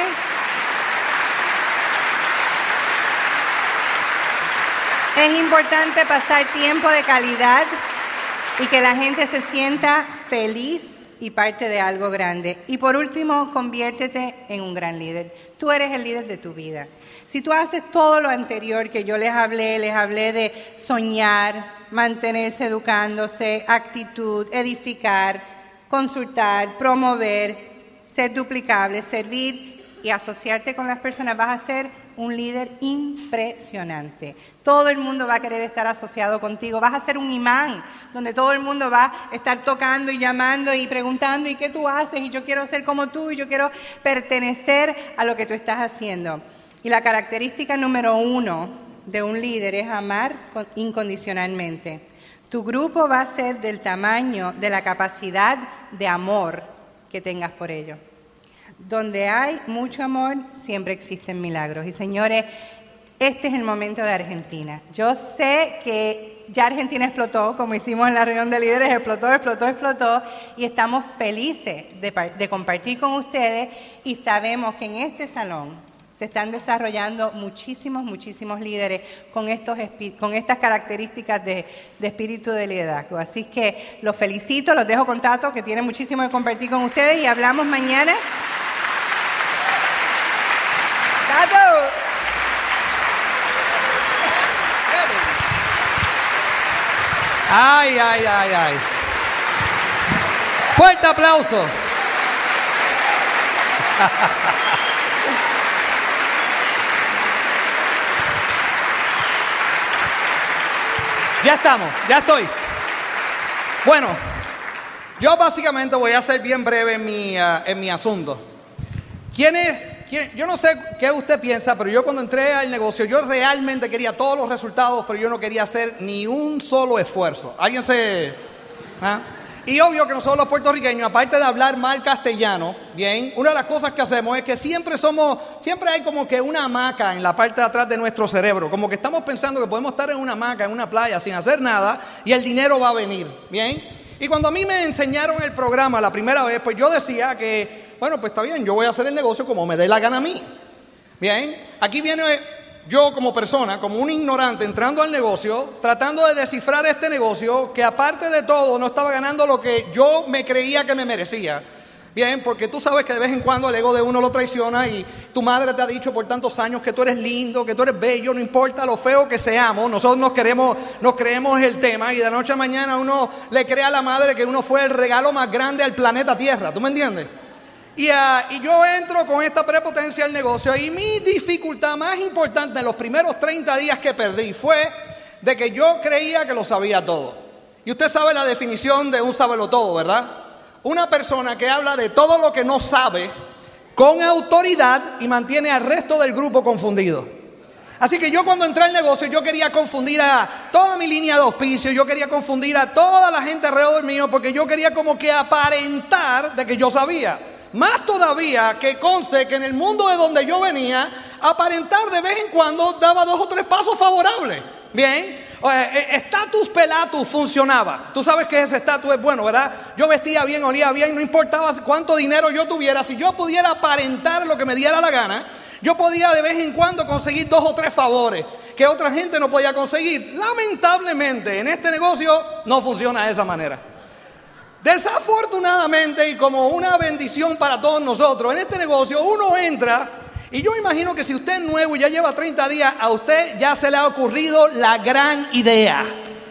pasar tiempo de calidad y que la gente se sienta feliz y parte de algo grande. Y por último, conviértete en un gran líder. Tú eres el líder de tu vida. Si tú haces todo lo anterior que yo les hablé de soñar, mantenerse educándose, actitud, edificar, consultar, promover, ser duplicable, servir y asociarte con las personas, vas a ser un líder impresionante. Todo el mundo va a querer estar asociado contigo. Vas a ser un imán donde todo el mundo va a estar tocando y llamando y preguntando: ¿y qué tú haces? Y yo quiero ser como tú, y yo quiero pertenecer a lo que tú estás haciendo. Y la característica número 1 de un líder es amar incondicionalmente. Tu grupo va a ser del tamaño de la capacidad de amor que tengas por ellos. Donde hay mucho amor, siempre existen milagros. Y señores, este es el momento de Argentina. Yo sé que ya Argentina explotó, como hicimos en la reunión de líderes, explotó, y estamos felices de compartir con ustedes, y sabemos que en este salón se están desarrollando muchísimos líderes con estas características de espíritu de liderazgo. Así que los felicito, los dejo con Tato, que tiene muchísimo que compartir con ustedes, y hablamos mañana. ¡Tato! ¡Ay! ¡Fuerte aplauso! Ya estamos, ya estoy. Bueno, yo básicamente voy a ser bien breve en mi asunto. Yo no sé qué usted piensa, pero yo cuando entré al negocio, yo realmente quería todos los resultados, pero yo no quería hacer ni un solo esfuerzo. ¿Alguien se...? ¿Ah? Y obvio que nosotros los puertorriqueños, aparte de hablar mal castellano, bien, una de las cosas que hacemos es que siempre hay como que una hamaca en la parte de atrás de nuestro cerebro, como que estamos pensando que podemos estar en una hamaca, en una playa, sin hacer nada, y el dinero va a venir, bien. Y cuando a mí me enseñaron el programa la primera vez, pues yo decía que, bueno, pues está bien, yo voy a hacer el negocio como me dé la gana a mí, bien. Aquí viene yo como persona, como un ignorante, entrando al negocio, tratando de descifrar este negocio, que aparte de todo no estaba ganando lo que yo me creía que me merecía. Bien, porque tú sabes que de vez en cuando el ego de uno lo traiciona y tu madre te ha dicho por tantos años que tú eres lindo, que tú eres bello, no importa lo feo que seamos, nosotros nos creemos el tema y de la noche a mañana uno le cree a la madre que uno fue el regalo más grande al planeta Tierra, ¿tú me entiendes? Y yo entro con esta prepotencia al negocio y mi dificultad más importante en los primeros 30 días que perdí fue de que yo creía que lo sabía todo. Y usted sabe la definición de un sabelotodo, ¿verdad? Una persona que habla de todo lo que no sabe con autoridad y mantiene al resto del grupo confundido. Así que yo cuando entré al negocio yo quería confundir a toda mi línea de auspicio, yo quería confundir a toda la gente alrededor mío porque yo quería como que aparentar de que yo sabía. Más todavía que conste que en el mundo de donde yo venía, aparentar de vez en cuando daba 2 o 3 pasos favorables. Bien, estatus pelatus funcionaba. Tú sabes que ese estatus es bueno, ¿verdad? Yo vestía bien, olía bien, no importaba cuánto dinero yo tuviera. Si yo pudiera aparentar lo que me diera la gana, yo podía de vez en cuando conseguir 2 o 3 favores que otra gente no podía conseguir. Lamentablemente, en este negocio no funciona de esa manera. Desafortunadamente y como una bendición para todos nosotros, en este negocio uno entra y yo imagino que si usted es nuevo y ya lleva 30 días, a usted ya se le ha ocurrido la gran idea.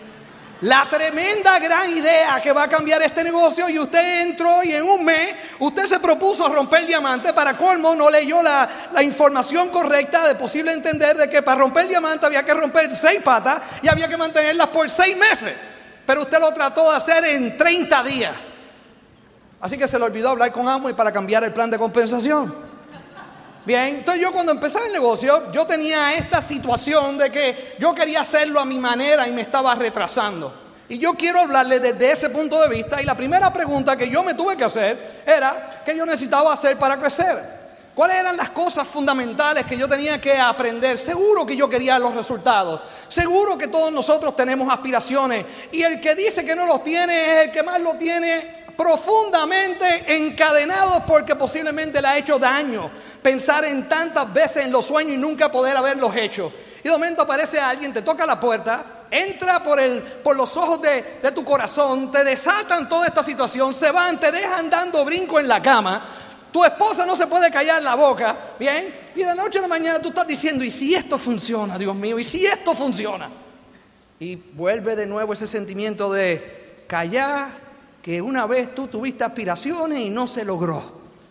La tremenda gran idea que va a cambiar este negocio y usted entró y en un mes usted se propuso romper diamante. Para colmo no leyó la información correcta de posible entender de que para romper diamante había que romper 6 patas y había que mantenerlas por 6 meses. Pero usted lo trató de hacer en 30 días. Así que se le olvidó hablar con Amway para cambiar el plan de compensación. Bien, entonces yo cuando empecé el negocio, yo tenía esta situación de que yo quería hacerlo a mi manera y me estaba retrasando. Y yo quiero hablarle desde ese punto de vista. Y la primera pregunta que yo me tuve que hacer era, ¿qué yo necesitaba hacer para crecer? ¿Cuáles eran las cosas fundamentales que yo tenía que aprender? Seguro que yo quería los resultados. Seguro que todos nosotros tenemos aspiraciones. Y el que dice que no los tiene es el que más lo tiene profundamente encadenado porque posiblemente le ha hecho daño pensar en tantas veces en los sueños y nunca poder haberlos hecho. Y de momento aparece alguien, te toca la puerta, entra por los ojos de tu corazón, te desatan toda esta situación, se van, te dejan dando brinco en la cama. Tu esposa no se puede callar la boca, ¿bien? Y de noche a la mañana tú estás diciendo, ¿y si esto funciona, Dios mío? ¿Y si esto funciona? Y vuelve de nuevo ese sentimiento de callar, que una vez tú tuviste aspiraciones y no se logró.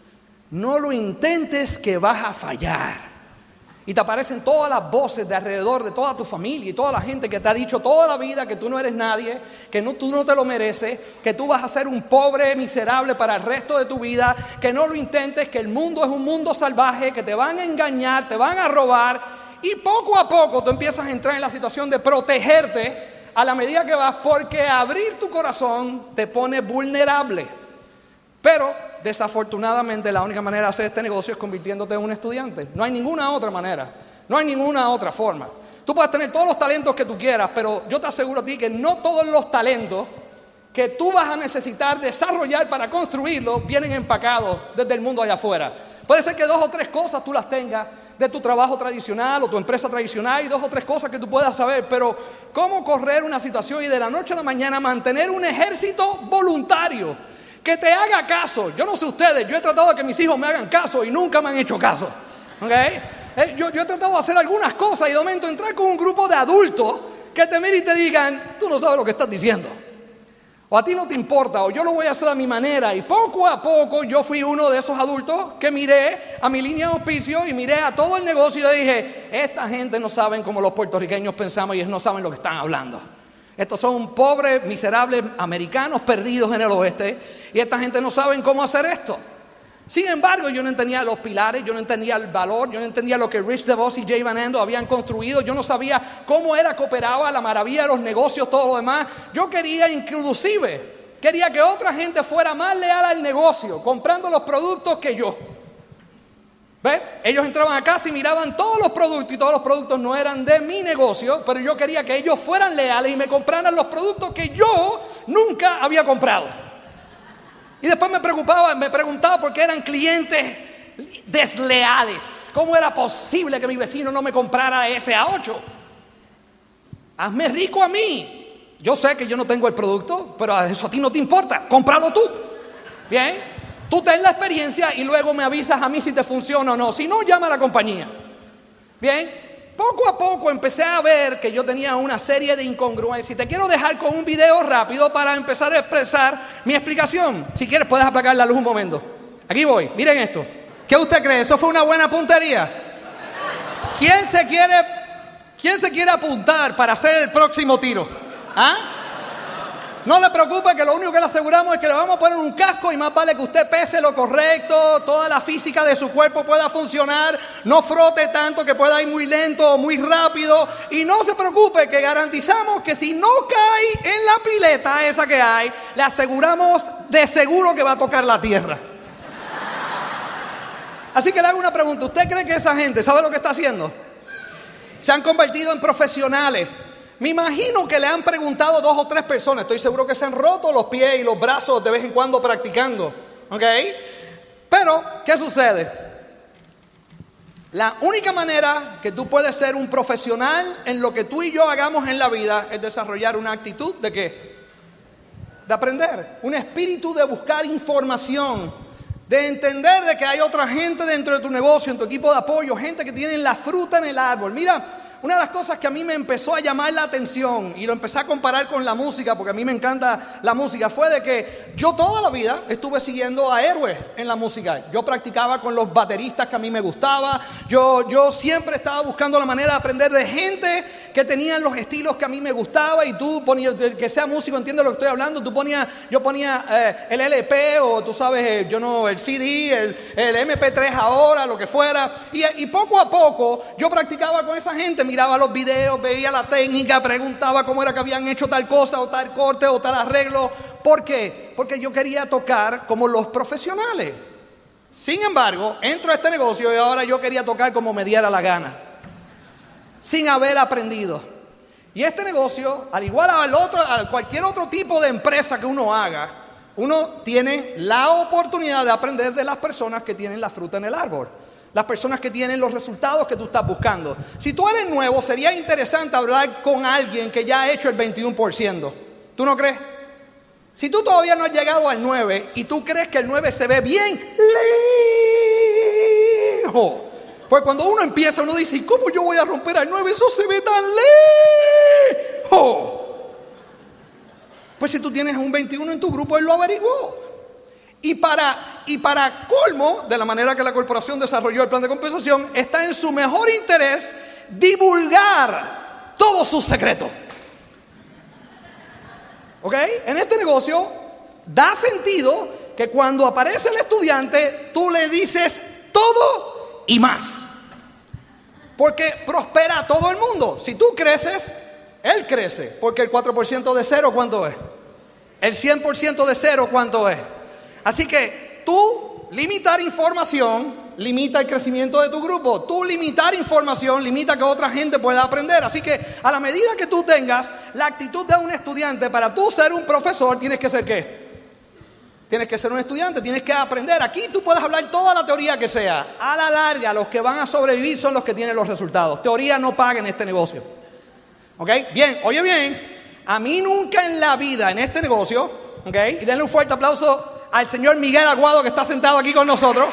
No lo intentes que vas a fallar. Y te aparecen todas las voces de alrededor de toda tu familia y toda la gente que te ha dicho toda la vida que tú no eres nadie, que tú no te lo mereces, que tú vas a ser un pobre miserable para el resto de tu vida, que no lo intentes, que el mundo es un mundo salvaje, que te van a engañar, te van a robar. Y poco a poco tú empiezas a entrar en la situación de protegerte a la medida que vas, porque abrir tu corazón te pone vulnerable. Pero desafortunadamente la única manera de hacer este negocio es convirtiéndote en un estudiante. No hay ninguna otra manera, no hay ninguna otra forma. Tú puedes tener todos los talentos que tú quieras, pero yo te aseguro a ti que no todos los talentos que tú vas a necesitar desarrollar para construirlo vienen empacados desde el mundo allá afuera. Puede ser que 2 o 3 cosas tú las tengas de tu trabajo tradicional o tu empresa tradicional y 2 o 3 cosas que tú puedas saber, pero cómo correr una situación y de la noche a la mañana mantener un ejército voluntario que te haga caso. Yo no sé ustedes, yo he tratado de que mis hijos me hagan caso y nunca me han hecho caso. ¿Okay? Yo he tratado de hacer algunas cosas y de momento entrar con un grupo de adultos que te miren y te digan, tú no sabes lo que estás diciendo. O a ti no te importa, o yo lo voy a hacer a mi manera. Y poco a poco yo fui uno de esos adultos que miré a mi línea de auspicio y miré a todo el negocio y dije, esta gente no saben como los puertorriqueños pensamos y ellos no saben lo que están hablando. Estos son pobres, miserables americanos perdidos en el oeste y esta gente no saben cómo hacer esto. Sin embargo, yo no entendía los pilares, yo no entendía el valor, yo no entendía lo que Rich DeVos y Jay Van Ando habían construido, yo no sabía cómo era que operaba la maravilla de los negocios, todo lo demás. Yo quería inclusive Quería que otra gente fuera más leal al negocio, comprando los productos que yo. ¿Ves? Ellos entraban a casa y miraban todos los productos, y todos los productos no eran de mi negocio, pero yo quería que ellos fueran leales y me compraran los productos que yo nunca había comprado. Y después me preguntaba por qué eran clientes desleales. ¿Cómo era posible que mi vecino no me comprara ese A8? Hazme rico a mí. Yo sé que yo no tengo el producto, pero eso a ti no te importa. Cómpralo tú. Bien, tú ten la experiencia y luego me avisas a mí si te funciona o no. Si no, llama a la compañía. Bien, poco a poco empecé a ver que yo tenía una serie de incongruencias. Y te quiero dejar con un video rápido para empezar a expresar mi explicación. Si quieres, puedes apagar la luz un momento. Aquí voy, miren esto. ¿Qué usted cree? ¿Eso fue una buena puntería? ¿Quién se quiere apuntar para hacer el próximo tiro? ¿Ah? No le preocupe, que lo único que le aseguramos es que le vamos a poner un casco y más vale que usted pese lo correcto, toda la física de su cuerpo pueda funcionar, no frote tanto que pueda ir muy lento o muy rápido, y no se preocupe que garantizamos que si no cae en la pileta esa que hay, le aseguramos de seguro que va a tocar la tierra. Así que le hago una pregunta. ¿Usted cree que esa gente sabe lo que está haciendo? Se han convertido en profesionales. Me imagino que le han preguntado 2 o 3 personas. Estoy seguro que se han roto los pies y los brazos de vez en cuando practicando. ¿Ok? Pero, ¿qué sucede? La única manera que tú puedes ser un profesional en lo que tú y yo hagamos en la vida es desarrollar una actitud ¿de qué? De aprender. Un espíritu de buscar información. De entender de que hay otra gente dentro de tu negocio, en tu equipo de apoyo, gente que tiene la fruta en el árbol. Mira, una de las cosas que a mí me empezó a llamar la atención y lo empecé a comparar con la música, porque a mí me encanta la música, fue de que yo toda la vida estuve siguiendo a héroes en la música. Yo practicaba con los bateristas que a mí me gustaba. Yo siempre estaba buscando la manera de aprender de gente que tenían los estilos que a mí me gustaba. Y tú ponías, el que sea músico entiende lo que estoy hablando, yo ponía el LP o tú sabes, el CD, el MP3 ahora, lo que fuera. Y poco a poco yo practicaba con esa gente. Miraba los videos, veía la técnica, preguntaba cómo era que habían hecho tal cosa o tal corte o tal arreglo. ¿Por qué? Porque yo quería tocar como los profesionales. Sin embargo, entro a este negocio y ahora yo quería tocar como me diera la gana, sin haber aprendido. Y este negocio, al igual a cualquier otro tipo de empresa que uno haga, uno tiene la oportunidad de aprender de las personas que tienen la fruta en el árbol. Las personas que tienen los resultados que tú estás buscando. Si tú eres nuevo, sería interesante hablar con alguien que ya ha hecho el 21%. ¿Tú no crees? Si tú todavía no has llegado al 9 y tú crees que el 9 se ve bien lejos. Pues cuando uno empieza, uno dice, ¿y cómo yo voy a romper al 9? Eso se ve tan lejos. Pues si tú tienes un 21 en tu grupo, él lo averiguó. Y para colmo, de la manera que la corporación desarrolló el plan de compensación, está en su mejor interés divulgar todos sus secretos. ¿Ok? En este negocio da sentido que cuando aparece el estudiante, tú le dices todo y más. Porque prospera a todo el mundo. Si tú creces, él crece. Porque el 4% de cero, ¿cuánto es? El 100% de cero, ¿cuánto es? Así que tú limitar información limita el crecimiento de tu grupo. Tú limitar información limita que otra gente pueda aprender. Así que a la medida que tú tengas la actitud de un estudiante, para tú ser un profesor tienes que ser ¿qué? Tienes que ser un estudiante, tienes que aprender. Aquí tú puedes hablar toda la teoría que sea. A la larga los que van a sobrevivir son los que tienen los resultados. Teoría no paga en este negocio. ¿Ok? Bien, oye bien. A mí nunca en la vida en este negocio, ¿ok? Y denle un fuerte aplauso al señor Miguel Aguado que está sentado aquí con nosotros.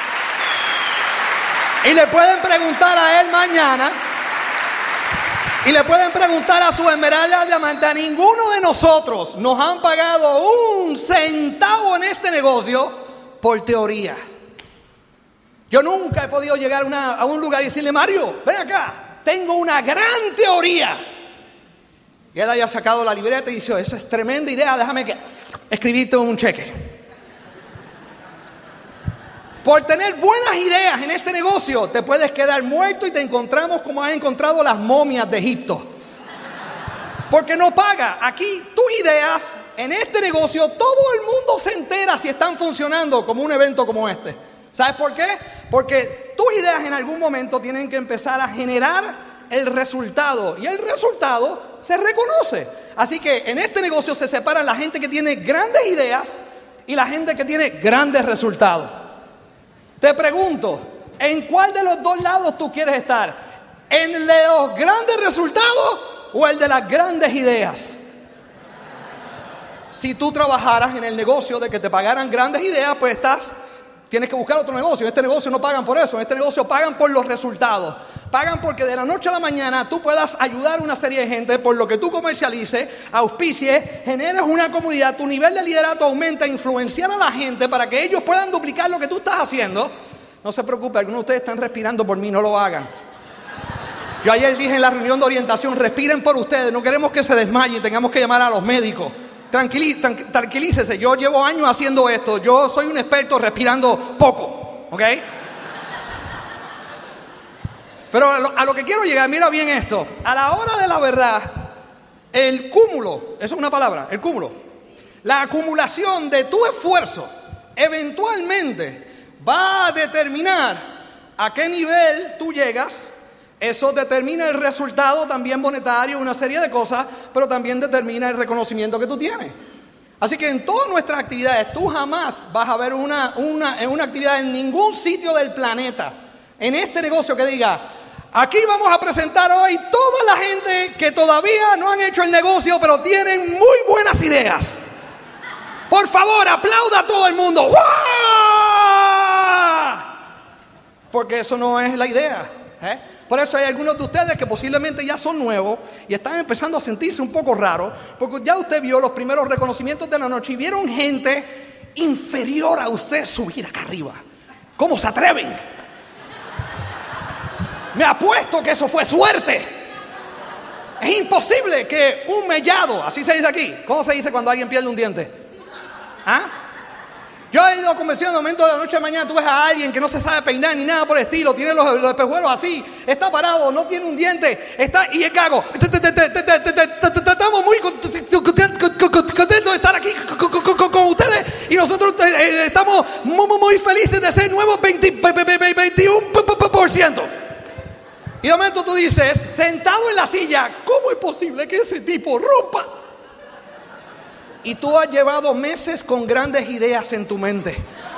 Y le pueden preguntar a él mañana. Y le pueden preguntar a su Esmeralda Diamante. A ninguno de nosotros nos han pagado un centavo en este negocio por teoría. Yo nunca he podido llegar a un lugar y decirle, Mario, ven acá, tengo una gran teoría. Y él haya sacado la libreta y dice, esa es tremenda idea, déjame escribirte un cheque. Por tener buenas ideas en este negocio, te puedes quedar muerto y te encontramos como has encontrado las momias de Egipto. Porque no paga. Aquí tus ideas en este negocio todo el mundo se entera si están funcionando como un evento como este. ¿Sabes por qué? Porque tus ideas en algún momento tienen que empezar a generar el resultado, y el resultado se reconoce. Así que en este negocio se separan la gente que tiene grandes ideas y la gente que tiene grandes resultados. Te pregunto, ¿en cuál de los dos lados tú quieres estar? ¿En el de los grandes resultados o el de las grandes ideas? Si tú trabajaras en el negocio de que te pagaran grandes ideas, pues tienes que buscar otro negocio. En este negocio no pagan por eso. En este negocio pagan por los resultados. Pagan porque de la noche a la mañana tú puedas ayudar a una serie de gente por lo que tú comercialices, auspicies, generes una comunidad, tu nivel de liderato aumenta, influenciar a la gente para que ellos puedan duplicar lo que tú estás haciendo. No se preocupe, algunos de ustedes están respirando por mí, no lo hagan. Yo ayer dije en la reunión de orientación, respiren por ustedes, no queremos que se desmayen y tengamos que llamar a los médicos. Tranquilícese, yo llevo años haciendo esto, yo soy un experto respirando poco, ¿ok? Pero a lo que quiero llegar, mira bien esto, a la hora de la verdad, el cúmulo, eso es una palabra, el cúmulo, la acumulación de tu esfuerzo, eventualmente va a determinar a qué nivel tú llegas. Eso determina el resultado también monetario, una serie de cosas, pero también determina el reconocimiento que tú tienes. Así que en todas nuestras actividades, tú jamás vas a ver una actividad en ningún sitio del planeta, en este negocio que diga, aquí vamos a presentar hoy toda la gente que todavía no han hecho el negocio, pero tienen muy buenas ideas. Por favor, aplauda a todo el mundo. ¡Wow! Porque eso no es la idea, ¿eh? Por eso hay algunos de ustedes que posiblemente ya son nuevos y están empezando a sentirse un poco raros, porque ya usted vio los primeros reconocimientos de la noche y vieron gente inferior a usted subir acá arriba. ¿Cómo se atreven? Me apuesto que eso fue suerte. Es imposible que un mellado, así se dice aquí, ¿cómo se dice cuando alguien pierde un diente? ¿Ah? Yo he ido a convenciones, de momento de la noche a la mañana tú ves a alguien que no se sabe peinar ni nada por el estilo, tiene los espejuelos así, está parado, no tiene un diente, y es gago. Estamos muy contentos de estar aquí con ustedes y nosotros estamos muy felices de ser nuevos 21%. Y de momento tú dices, sentado en la silla, ¿cómo es posible que ese tipo rompa? Y tú has llevado meses con grandes ideas en tu mente.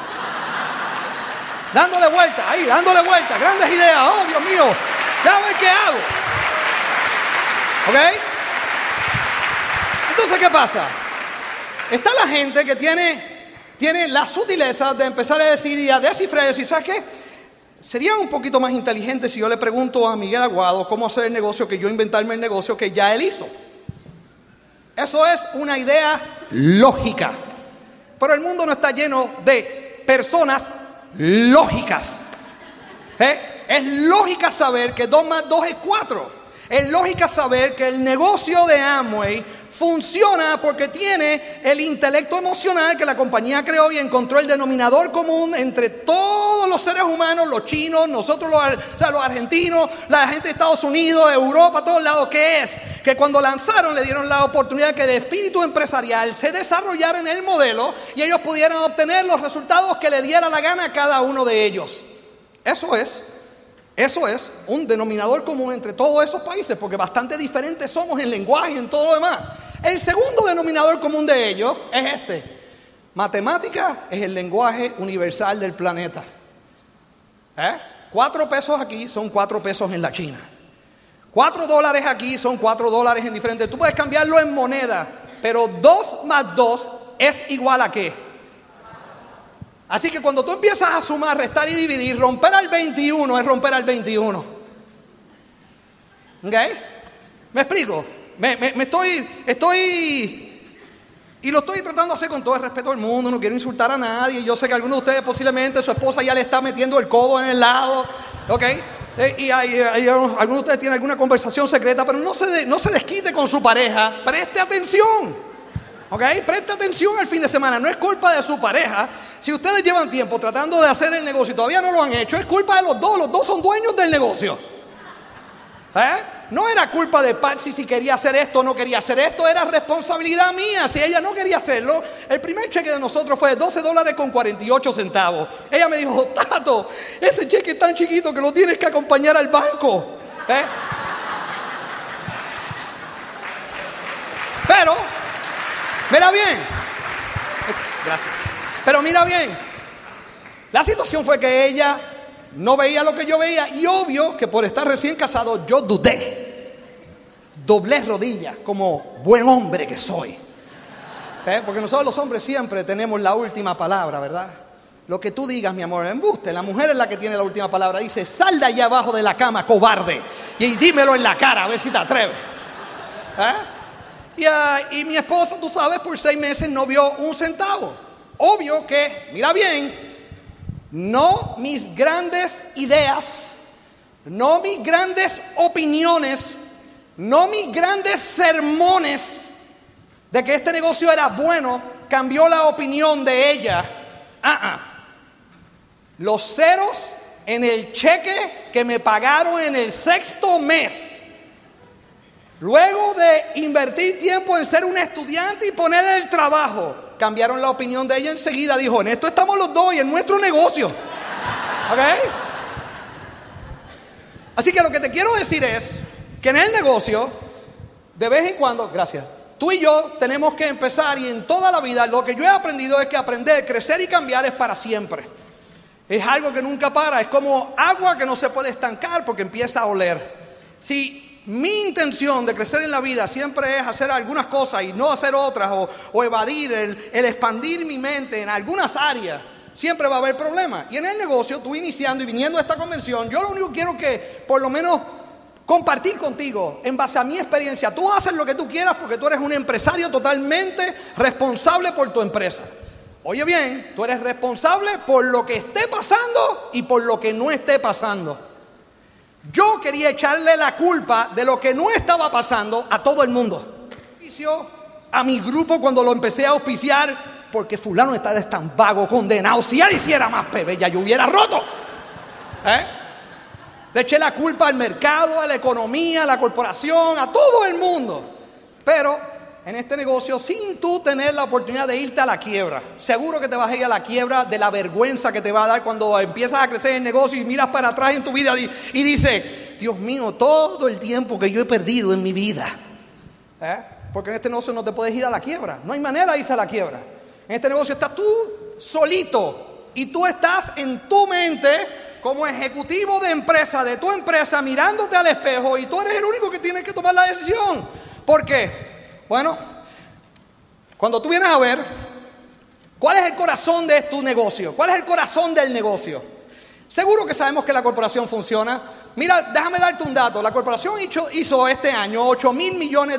Dándole vuelta, grandes ideas. Oh, Dios mío, ya ver qué hago. ¿Ok? Entonces, ¿qué pasa? Está la gente que tiene la sutileza de empezar a decir y a descifrar y decir, ¿sabes qué? Sería un poquito más inteligente si yo le pregunto a Miguel Aguado cómo hacer el negocio, que yo inventarme el negocio que ya él hizo. Eso es una idea lógica. Pero el mundo no está lleno de personas lógicas. Es lógica saber que 2 más 2 es 4. Es lógica saber que el negocio de Amway funciona porque tiene el intelecto emocional que la compañía creó y encontró el denominador común entre todos los seres humanos, los chinos, nosotros los argentinos, la gente de Estados Unidos, Europa, todos lados, que es que cuando lanzaron le dieron la oportunidad que el espíritu empresarial se desarrollara en el modelo y ellos pudieran obtener los resultados que le diera la gana a cada uno de ellos. Eso es un denominador común entre todos esos países, porque bastante diferentes somos en lenguaje y en todo lo demás. El segundo denominador común de ellos es este. Matemática es el lenguaje universal del planeta. 4 pesos aquí son 4 pesos en la China. $4 aquí son $4 en diferentes. Tú puedes cambiarlo en moneda, pero 2 más 2 es igual a ¿qué? Así que cuando tú empiezas a sumar, restar y dividir, romper al 21 es romper al 21. ¿Ok? ¿Me explico? Y lo estoy tratando de hacer con todo el respeto del mundo, no quiero insultar a nadie. Yo sé que algunos de ustedes posiblemente su esposa ya le está metiendo el codo en el lado. ¿Ok? Y algunos de ustedes tienen alguna conversación secreta, pero no se desquite con su pareja. Preste atención. ¿Ok? Preste atención el fin de semana. No es culpa de su pareja. Si ustedes llevan tiempo tratando de hacer el negocio y todavía no lo han hecho, es culpa de los dos. Los dos son dueños del negocio. No era culpa de Patsy si quería hacer esto o no quería hacer esto, era responsabilidad mía. Si ella no quería hacerlo, el primer cheque de nosotros fue de $12.48. Ella me dijo, Tato, ese cheque es tan chiquito que lo tienes que acompañar al banco. Pero, mira bien. Gracias. Pero mira bien. La situación fue que ella no veía lo que yo veía y obvio que por estar recién casado yo dudé. Doblé rodillas como buen hombre que soy. Porque nosotros los hombres siempre tenemos la última palabra, ¿verdad? Lo que tú digas, mi amor, embuste. La mujer es la que tiene la última palabra. Dice, sal de allá abajo de la cama, cobarde. Y dímelo en la cara, a ver si te atreves. Y mi esposa, tú sabes, por 6 meses no vio un centavo. Obvio que, mira bien, no mis grandes ideas, no mis grandes opiniones, no mis grandes sermones de que este negocio era bueno, cambió la opinión de ella. Los ceros en el cheque que me pagaron en el 6º mes, luego de invertir tiempo en ser un estudiante y poner el trabajo, cambiaron la opinión de ella enseguida. Dijo, en esto estamos los dos y en nuestro negocio. ¿Ok? Así que lo que te quiero decir es que en el negocio, de vez en cuando, gracias, tú y yo tenemos que empezar, y en toda la vida lo que yo he aprendido es que aprender, crecer y cambiar es para siempre. Es algo que nunca para, es como agua que no se puede estancar porque empieza a oler. Si mi intención de crecer en la vida siempre es hacer algunas cosas y no hacer otras, o evadir, el expandir mi mente en algunas áreas, siempre va a haber problemas. Y en el negocio, tú iniciando y viniendo a esta convención, yo lo único que quiero que por lo menos compartir contigo en base a mi experiencia. Tú haces lo que tú quieras porque tú eres un empresario totalmente responsable por tu empresa. Oye bien, tú eres responsable por lo que esté pasando y por lo que no esté pasando. Yo quería echarle la culpa de lo que no estaba pasando a todo el mundo. A mi grupo cuando lo empecé a auspiciar, porque fulano está tan vago, condenado. Si él hiciera más PB, ya yo hubiera roto. Le eché la culpa al mercado, a la economía, a la corporación, a todo el mundo. Pero en este negocio, sin tú tener la oportunidad de irte a la quiebra, seguro que te vas a ir a la quiebra de la vergüenza que te va a dar cuando empiezas a crecer en el negocio y miras para atrás en tu vida y dices, Dios mío, todo el tiempo que yo he perdido en mi vida. Porque en este negocio no te puedes ir a la quiebra, no hay manera de irse a la quiebra. En este negocio estás tú solito y tú estás en tu mente como ejecutivo de empresa, de tu empresa, mirándote al espejo, y tú eres el único que tiene que tomar la decisión. ¿Por qué? Bueno, cuando tú vienes a ver, ¿cuál es el corazón de tu negocio? ¿Cuál es el corazón del negocio? Seguro que sabemos que la corporación funciona. Mira, déjame darte un dato. La corporación hizo este año $8,000 millones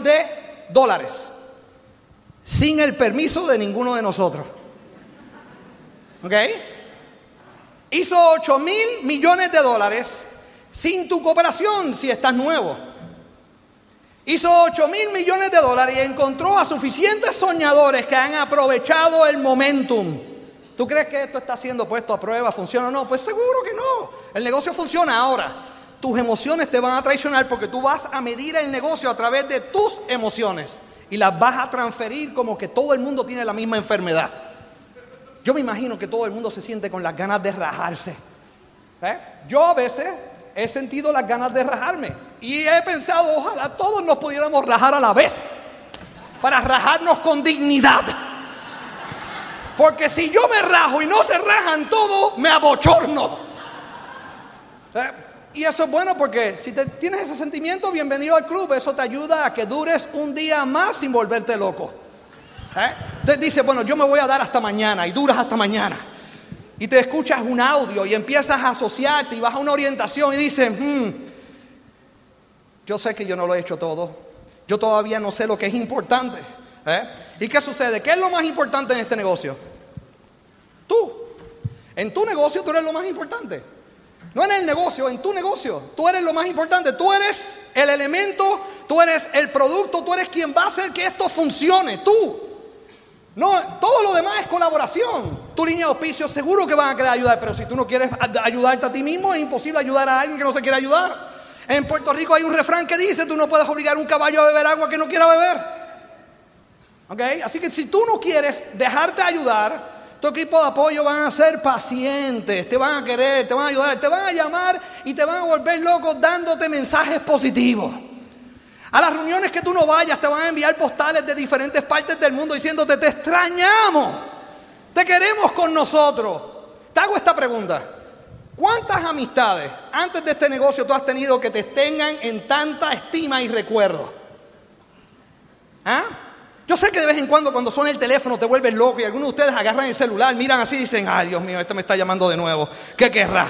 sin el permiso de ninguno de nosotros. ¿Ok? Hizo $8,000 millones sin tu cooperación si estás nuevo. Hizo $8,000 millones y encontró a suficientes soñadores que han aprovechado el momentum. ¿Tú crees que esto está siendo puesto a prueba? ¿Funciona o no? Pues seguro que no. El negocio funciona ahora. Tus emociones te van a traicionar porque tú vas a medir el negocio a través de tus emociones y las vas a transferir como que todo el mundo tiene la misma enfermedad. Yo me imagino que todo el mundo se siente con las ganas de rajarse. Yo a veces he sentido las ganas de rajarme y he pensado, ojalá todos nos pudiéramos rajar a la vez para rajarnos con dignidad. Porque si yo me rajo y no se rajan todos, me abochorno. Y eso es bueno porque si tienes ese sentimiento, bienvenido al club. Eso te ayuda a que dures un día más sin volverte loco. Te dice, bueno, yo me voy a dar hasta mañana, y duras hasta mañana. Y te escuchas un audio y empiezas a asociarte y vas a una orientación y dices, yo sé que yo no lo he hecho todo. Yo todavía no sé lo que es importante. ¿Y qué sucede? ¿Qué es lo más importante en este negocio? Tú. En tu negocio tú eres lo más importante. No en el negocio, en tu negocio. Tú eres lo más importante. Tú eres el elemento, tú eres el producto, tú eres quien va a hacer que esto funcione. Tú. No, todo lo demás es colaboración. Tu línea de auspicio seguro que van a querer ayudar, pero si tú no quieres ayudarte a ti mismo, es imposible ayudar a alguien que no se quiere ayudar. En Puerto Rico hay un refrán que dice, tú no puedes obligar a un caballo a beber agua que no quiera beber. ¿Ok? Así que si tú no quieres dejarte ayudar, tu equipo de apoyo van a ser pacientes, te van a querer, te van a ayudar, te van a llamar y te van a volver loco dándote mensajes positivos. A las reuniones que tú no vayas te van a enviar postales de diferentes partes del mundo diciéndote, te extrañamos, te queremos con nosotros. Te hago esta pregunta. ¿Cuántas amistades antes de este negocio tú has tenido que te tengan en tanta estima y recuerdo? ¿Ah? Yo sé que de vez en cuando suena el teléfono te vuelves loco y algunos de ustedes agarran el celular, miran así y dicen, ay Dios mío, este me está llamando de nuevo, ¿qué querrá?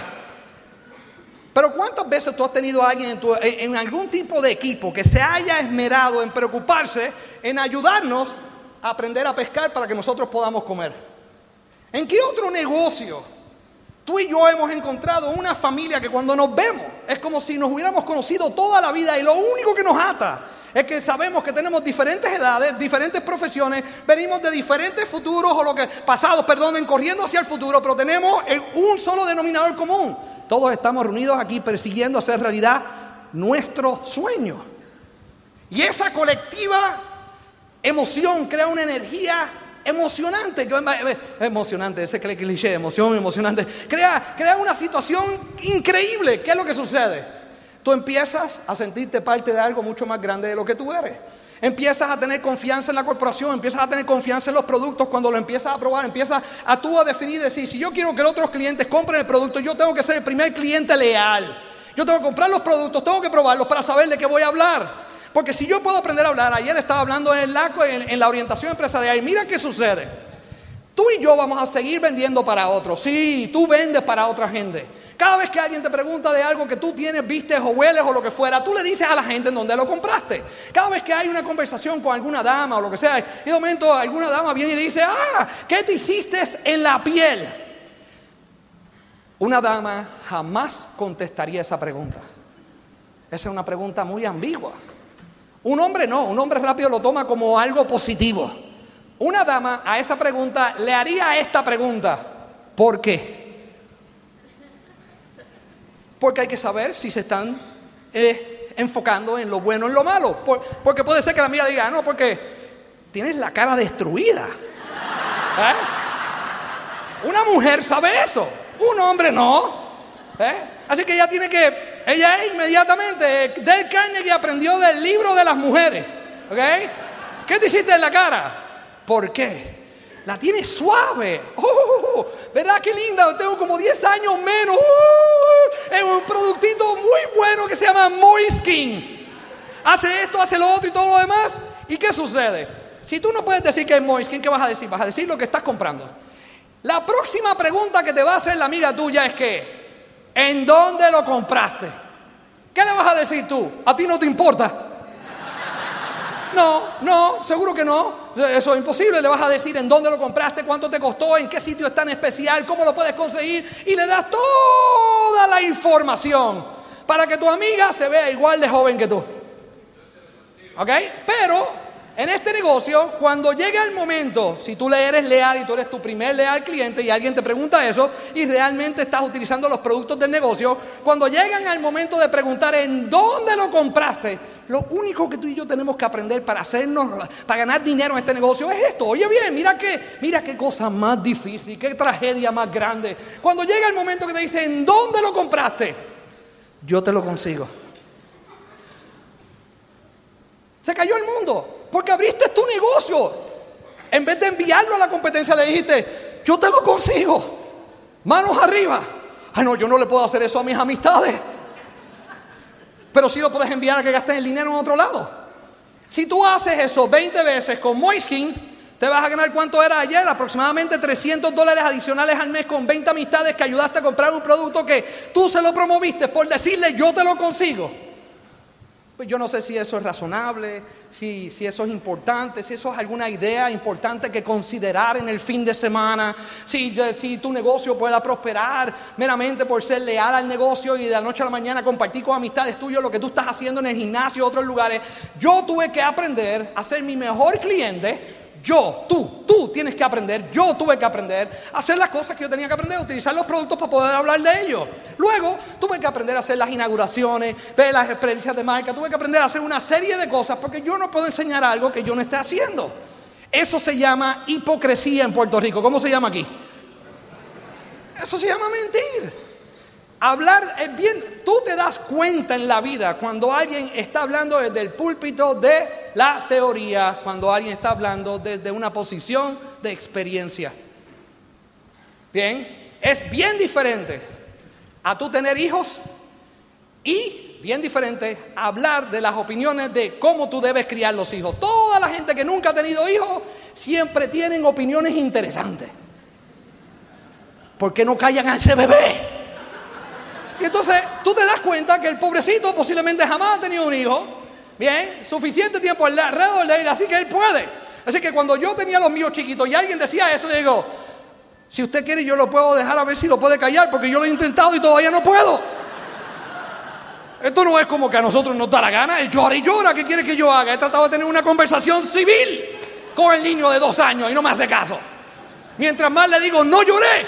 Pero ¿cuántas veces tú has tenido a alguien en algún tipo de equipo que se haya esmerado en preocuparse, en ayudarnos a aprender a pescar para que nosotros podamos comer? ¿En qué otro negocio tú y yo hemos encontrado una familia que cuando nos vemos es como si nos hubiéramos conocido toda la vida y lo único que nos ata es que sabemos que tenemos diferentes edades, diferentes profesiones, venimos de diferentes futuros pasados, corriendo hacia el futuro, pero tenemos un solo denominador común. Todos estamos reunidos aquí persiguiendo hacer realidad nuestro sueño. Y esa colectiva emoción crea una energía emocionante, ese cliché, emoción emocionante, crea una situación increíble. ¿Qué es lo que sucede? Tú empiezas a sentirte parte de algo mucho más grande de lo que tú eres. Empiezas a tener confianza en la corporación, empiezas a tener confianza en los productos. Cuando lo empiezas a probar, empiezas a tú a definir y decir, si yo quiero que otros clientes compren el producto, yo tengo que ser el primer cliente leal. Yo tengo que comprar los productos, tengo que probarlos para saber de qué voy a hablar. Porque si yo puedo aprender a hablar, ayer estaba hablando en la orientación empresarial y mira qué sucede. Tú y yo vamos a seguir vendiendo para otros. Sí, tú vendes para otra gente. Cada vez que alguien te pregunta de algo que tú tienes, vistes o hueles o lo que fuera, tú le dices a la gente en dónde lo compraste. Cada vez que hay una conversación con alguna dama o lo que sea, y de momento alguna dama viene y le dice, ¿qué te hiciste en la piel? Una dama jamás contestaría esa pregunta. Esa es una pregunta muy ambigua. Un hombre no, un hombre rápido lo toma como algo positivo. Una dama a esa pregunta le haría esta pregunta, ¿por qué? Porque hay que saber si se están enfocando en lo bueno o en lo malo. Porque puede ser que la amiga diga, no, porque tienes la cara destruida. Una mujer sabe eso, un hombre no. Así que ella inmediatamente, Dale Carnegie aprendió del libro de las mujeres. ¿Qué te hiciste en la cara? ¿Por qué? La tiene suave. ¿Verdad qué linda? Tengo como 10 años menos. Es un productito muy bueno que se llama Moiskin. Hace esto, hace lo otro y todo lo demás. ¿Y qué sucede? Si tú no puedes decir que es Moiskin, ¿qué vas a decir? Vas a decir lo que estás comprando. La próxima pregunta que te va a hacer la amiga tuya es que, ¿en dónde lo compraste? ¿Qué le vas a decir tú? ¿A ti no te importa? No, seguro que no. Eso es imposible. Le vas a decir en dónde lo compraste, cuánto te costó, en qué sitio es tan especial, cómo lo puedes conseguir y le das toda la información para que tu amiga se vea igual de joven que tú. ¿Ok? Pero en este negocio, cuando llega el momento, si tú le eres leal y tú eres tu primer leal cliente y alguien te pregunta eso y realmente estás utilizando los productos del negocio, cuando llegan al momento de preguntar en dónde lo compraste, lo único que tú y yo tenemos que aprender para ganar dinero en este negocio es esto. Oye bien, mira qué cosa más difícil, qué tragedia más grande. Cuando llega el momento que te dicen ¿en dónde lo compraste? Yo te lo consigo. Se cayó el mundo porque abriste tu negocio. En vez de enviarlo a la competencia le dijiste, yo te lo consigo. Manos arriba. No, yo no le puedo hacer eso a mis amistades. Pero sí lo puedes enviar a que gasten el dinero en otro lado. Si tú haces eso 20 veces con Moiskin, te vas a ganar, ¿cuánto era ayer? Aproximadamente $300 adicionales al mes con 20 amistades que ayudaste a comprar un producto que tú se lo promoviste por decirle yo te lo consigo. Pues yo no sé si eso es razonable, si eso es importante, si eso es alguna idea importante que considerar en el fin de semana, si tu negocio pueda prosperar meramente por ser leal al negocio y de la noche a la mañana compartir con amistades tuyas lo que tú estás haciendo en el gimnasio o otros lugares. Yo tuve que aprender a ser mi mejor cliente Tú tienes que aprender, yo tuve que aprender a hacer las cosas que yo tenía que aprender, a utilizar los productos para poder hablar de ellos. Luego tuve que aprender a hacer las inauguraciones, ver las experiencias de marca, tuve que aprender a hacer una serie de cosas porque yo no puedo enseñar algo que yo no esté haciendo. Eso se llama hipocresía en Puerto Rico. ¿Cómo se llama aquí? Eso se llama mentir. Hablar es bien. Tú te das cuenta en la vida cuando alguien está hablando desde el púlpito de la teoría, cuando alguien está hablando desde una posición de experiencia. Bien, es bien diferente a tú tener hijos y bien diferente a hablar de las opiniones de cómo tú debes criar los hijos. Toda la gente que nunca ha tenido hijos siempre tienen opiniones interesantes. ¿Por qué no callan a ese bebé? Y entonces tú te das cuenta que el pobrecito posiblemente jamás ha tenido un hijo, bien, suficiente tiempo alrededor de él, así que él puede. Así que cuando yo tenía los míos chiquitos y alguien decía eso, le digo, si usted quiere yo lo puedo dejar a ver si lo puede callar, porque yo lo he intentado y todavía no puedo. Esto no es como que a nosotros nos da la gana, él llora y llora, ¿qué quiere que yo haga? He tratado de tener una conversación civil con el niño de 2 años y no me hace caso. Mientras más le digo, no lloré.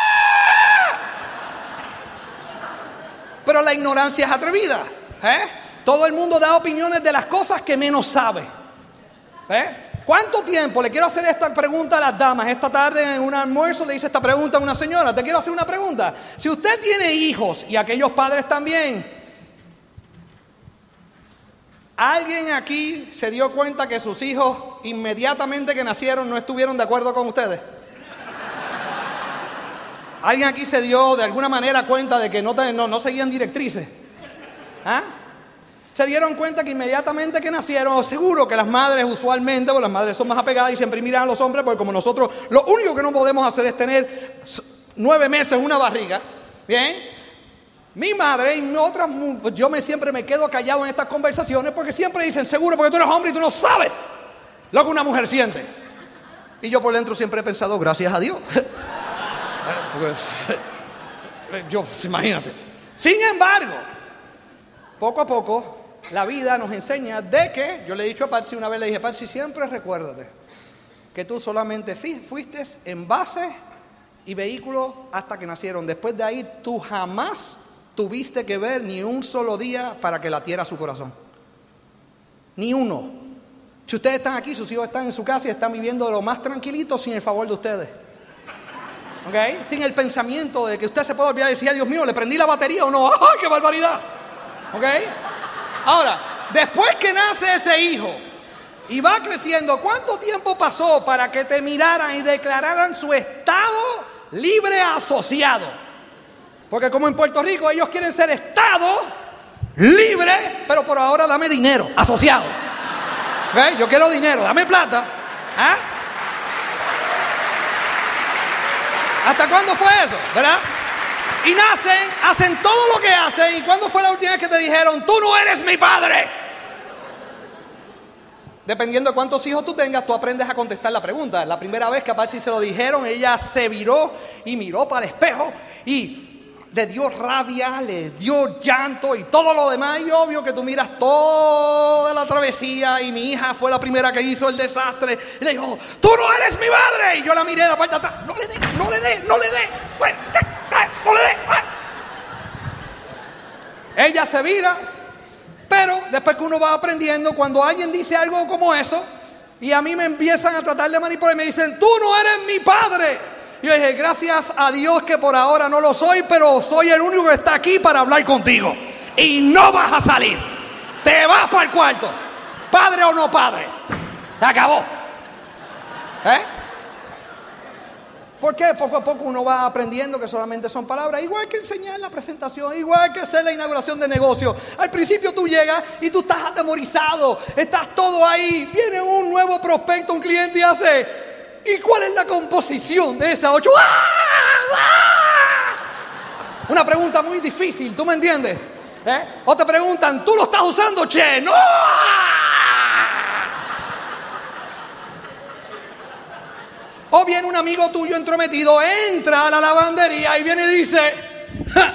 Pero la ignorancia es atrevida. Todo el mundo da opiniones de las cosas que menos sabe. ¿Cuánto tiempo? Le quiero hacer esta pregunta a las damas. Esta tarde en un almuerzo le hice esta pregunta a una señora. Te quiero hacer una pregunta. Si usted tiene hijos y aquellos padres también, ¿alguien aquí se dio cuenta que sus hijos inmediatamente que nacieron no estuvieron de acuerdo con ustedes? ¿Alguien aquí se dio de alguna manera cuenta de que no seguían directrices? ¿Se dieron cuenta que inmediatamente que nacieron, seguro que las madres usualmente, porque las madres son más apegadas y siempre miran a los hombres, porque como nosotros lo único que no podemos hacer es tener 9 meses una barriga, ¿bien? Mi madre y otras, siempre me quedo callado en estas conversaciones porque siempre dicen, seguro porque tú eres hombre y tú no sabes lo que una mujer siente. Y yo por dentro siempre he pensado, gracias a Dios. Imagínate. Sin embargo, poco a poco la vida nos enseña de que, yo le he dicho a Parsi una vez, le dije, Parsi, siempre recuérdate que tú solamente fuiste envase y vehículo hasta que nacieron. Después de ahí tú jamás tuviste que ver ni un solo día para que latiera su corazón. Ni uno. Si ustedes están aquí, sus hijos están en su casa y están viviendo de lo más tranquilito sin el favor de ustedes. ¿Okay? Sin el pensamiento de que usted se puede olvidar y decir, ay, Dios mío, ¿le prendí la batería o no? ¡Ay, qué barbaridad! ¿Okay? Ahora, después que nace ese hijo y va creciendo, ¿cuánto tiempo pasó para que te miraran y declararan su estado libre asociado? Porque como en Puerto Rico ellos quieren ser estado libre, pero por ahora dame dinero, asociado. ¿Okay? Yo quiero dinero, dame plata. ¿Hasta cuándo fue eso? ¿Verdad? Y nacen, hacen todo lo que hacen. ¿Y cuándo fue la última vez que te dijeron, tú no eres mi padre? Dependiendo de cuántos hijos tú tengas, tú aprendes a contestar la pregunta. La primera vez que a Parsi se lo dijeron, ella se viró y miró para el espejo y le dio rabia, le dio llanto y todo lo demás. Y obvio que tú miras toda la travesía y mi hija fue la primera que hizo el desastre. Y le dijo, tú no eres mi madre. Y yo la miré de la parte de atrás, no le dé. Ella se vira, pero después que uno va aprendiendo, cuando alguien dice algo como eso, y a mí me empiezan a tratar de manipular y me dicen, tú no eres mi padre. Yo dije, gracias a Dios que por ahora no lo soy, pero soy el único que está aquí para hablar contigo. Y no vas a salir. Te vas para el cuarto. Padre o no padre. Se acabó. Porque poco a poco uno va aprendiendo que solamente son palabras. Igual que enseñar la presentación, igual que hacer la inauguración de negocio. Al principio tú llegas y tú estás atemorizado. Estás todo ahí. Viene un nuevo prospecto, un cliente y hace... ¿Y cuál es la composición de esas 8? Una pregunta muy difícil, ¿tú me entiendes? O te preguntan, ¿tú lo estás usando, che? ¡No! O viene un amigo tuyo entrometido, entra a la lavandería y viene y dice, ¡ja!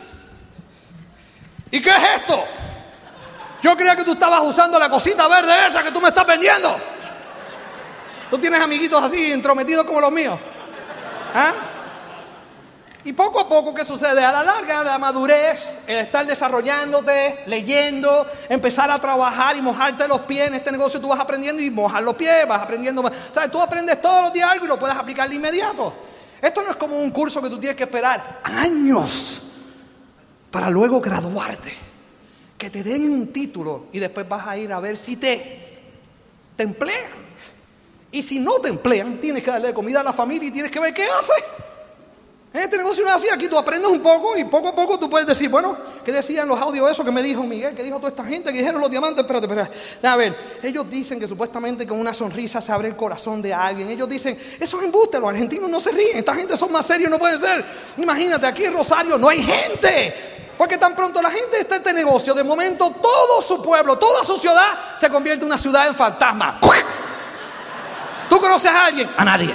¿Y qué es esto? Yo creía que tú estabas usando la cosita verde esa que tú me estás vendiendo. Tú tienes amiguitos así, entrometidos como los míos. ¿Ah? Y poco a poco, ¿qué sucede? A la larga, la madurez, el estar desarrollándote, leyendo, empezar a trabajar y mojarte los pies en este negocio, tú vas aprendiendo y mojas los pies, vas aprendiendo. ¿Sabes? Tú aprendes todos los días algo y lo puedes aplicar de inmediato. Esto no es como un curso que tú tienes que esperar años para luego graduarte. Que te den un título y después vas a ir a ver si te emplean. Y si no te emplean, tienes que darle comida a la familia y tienes que ver qué hace. En este negocio no es así, aquí tú aprendes un poco y poco a poco tú puedes decir, bueno, ¿qué decían los audios eso que me dijo Miguel? ¿Qué dijo toda esta gente? ¿Qué dijeron los diamantes? Espérate. A ver, ellos dicen que supuestamente con una sonrisa se abre el corazón de alguien. Ellos dicen, eso es embuste, los argentinos no se ríen, esta gente son más serios, no pueden ser. Imagínate, aquí en Rosario no hay gente. Porque tan pronto la gente está en este negocio, de momento todo su pueblo, toda su ciudad se convierte en una ciudad en fantasma. ¿Tú conoces a alguien? A nadie.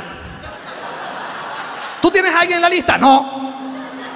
¿Tú tienes a alguien en la lista? No.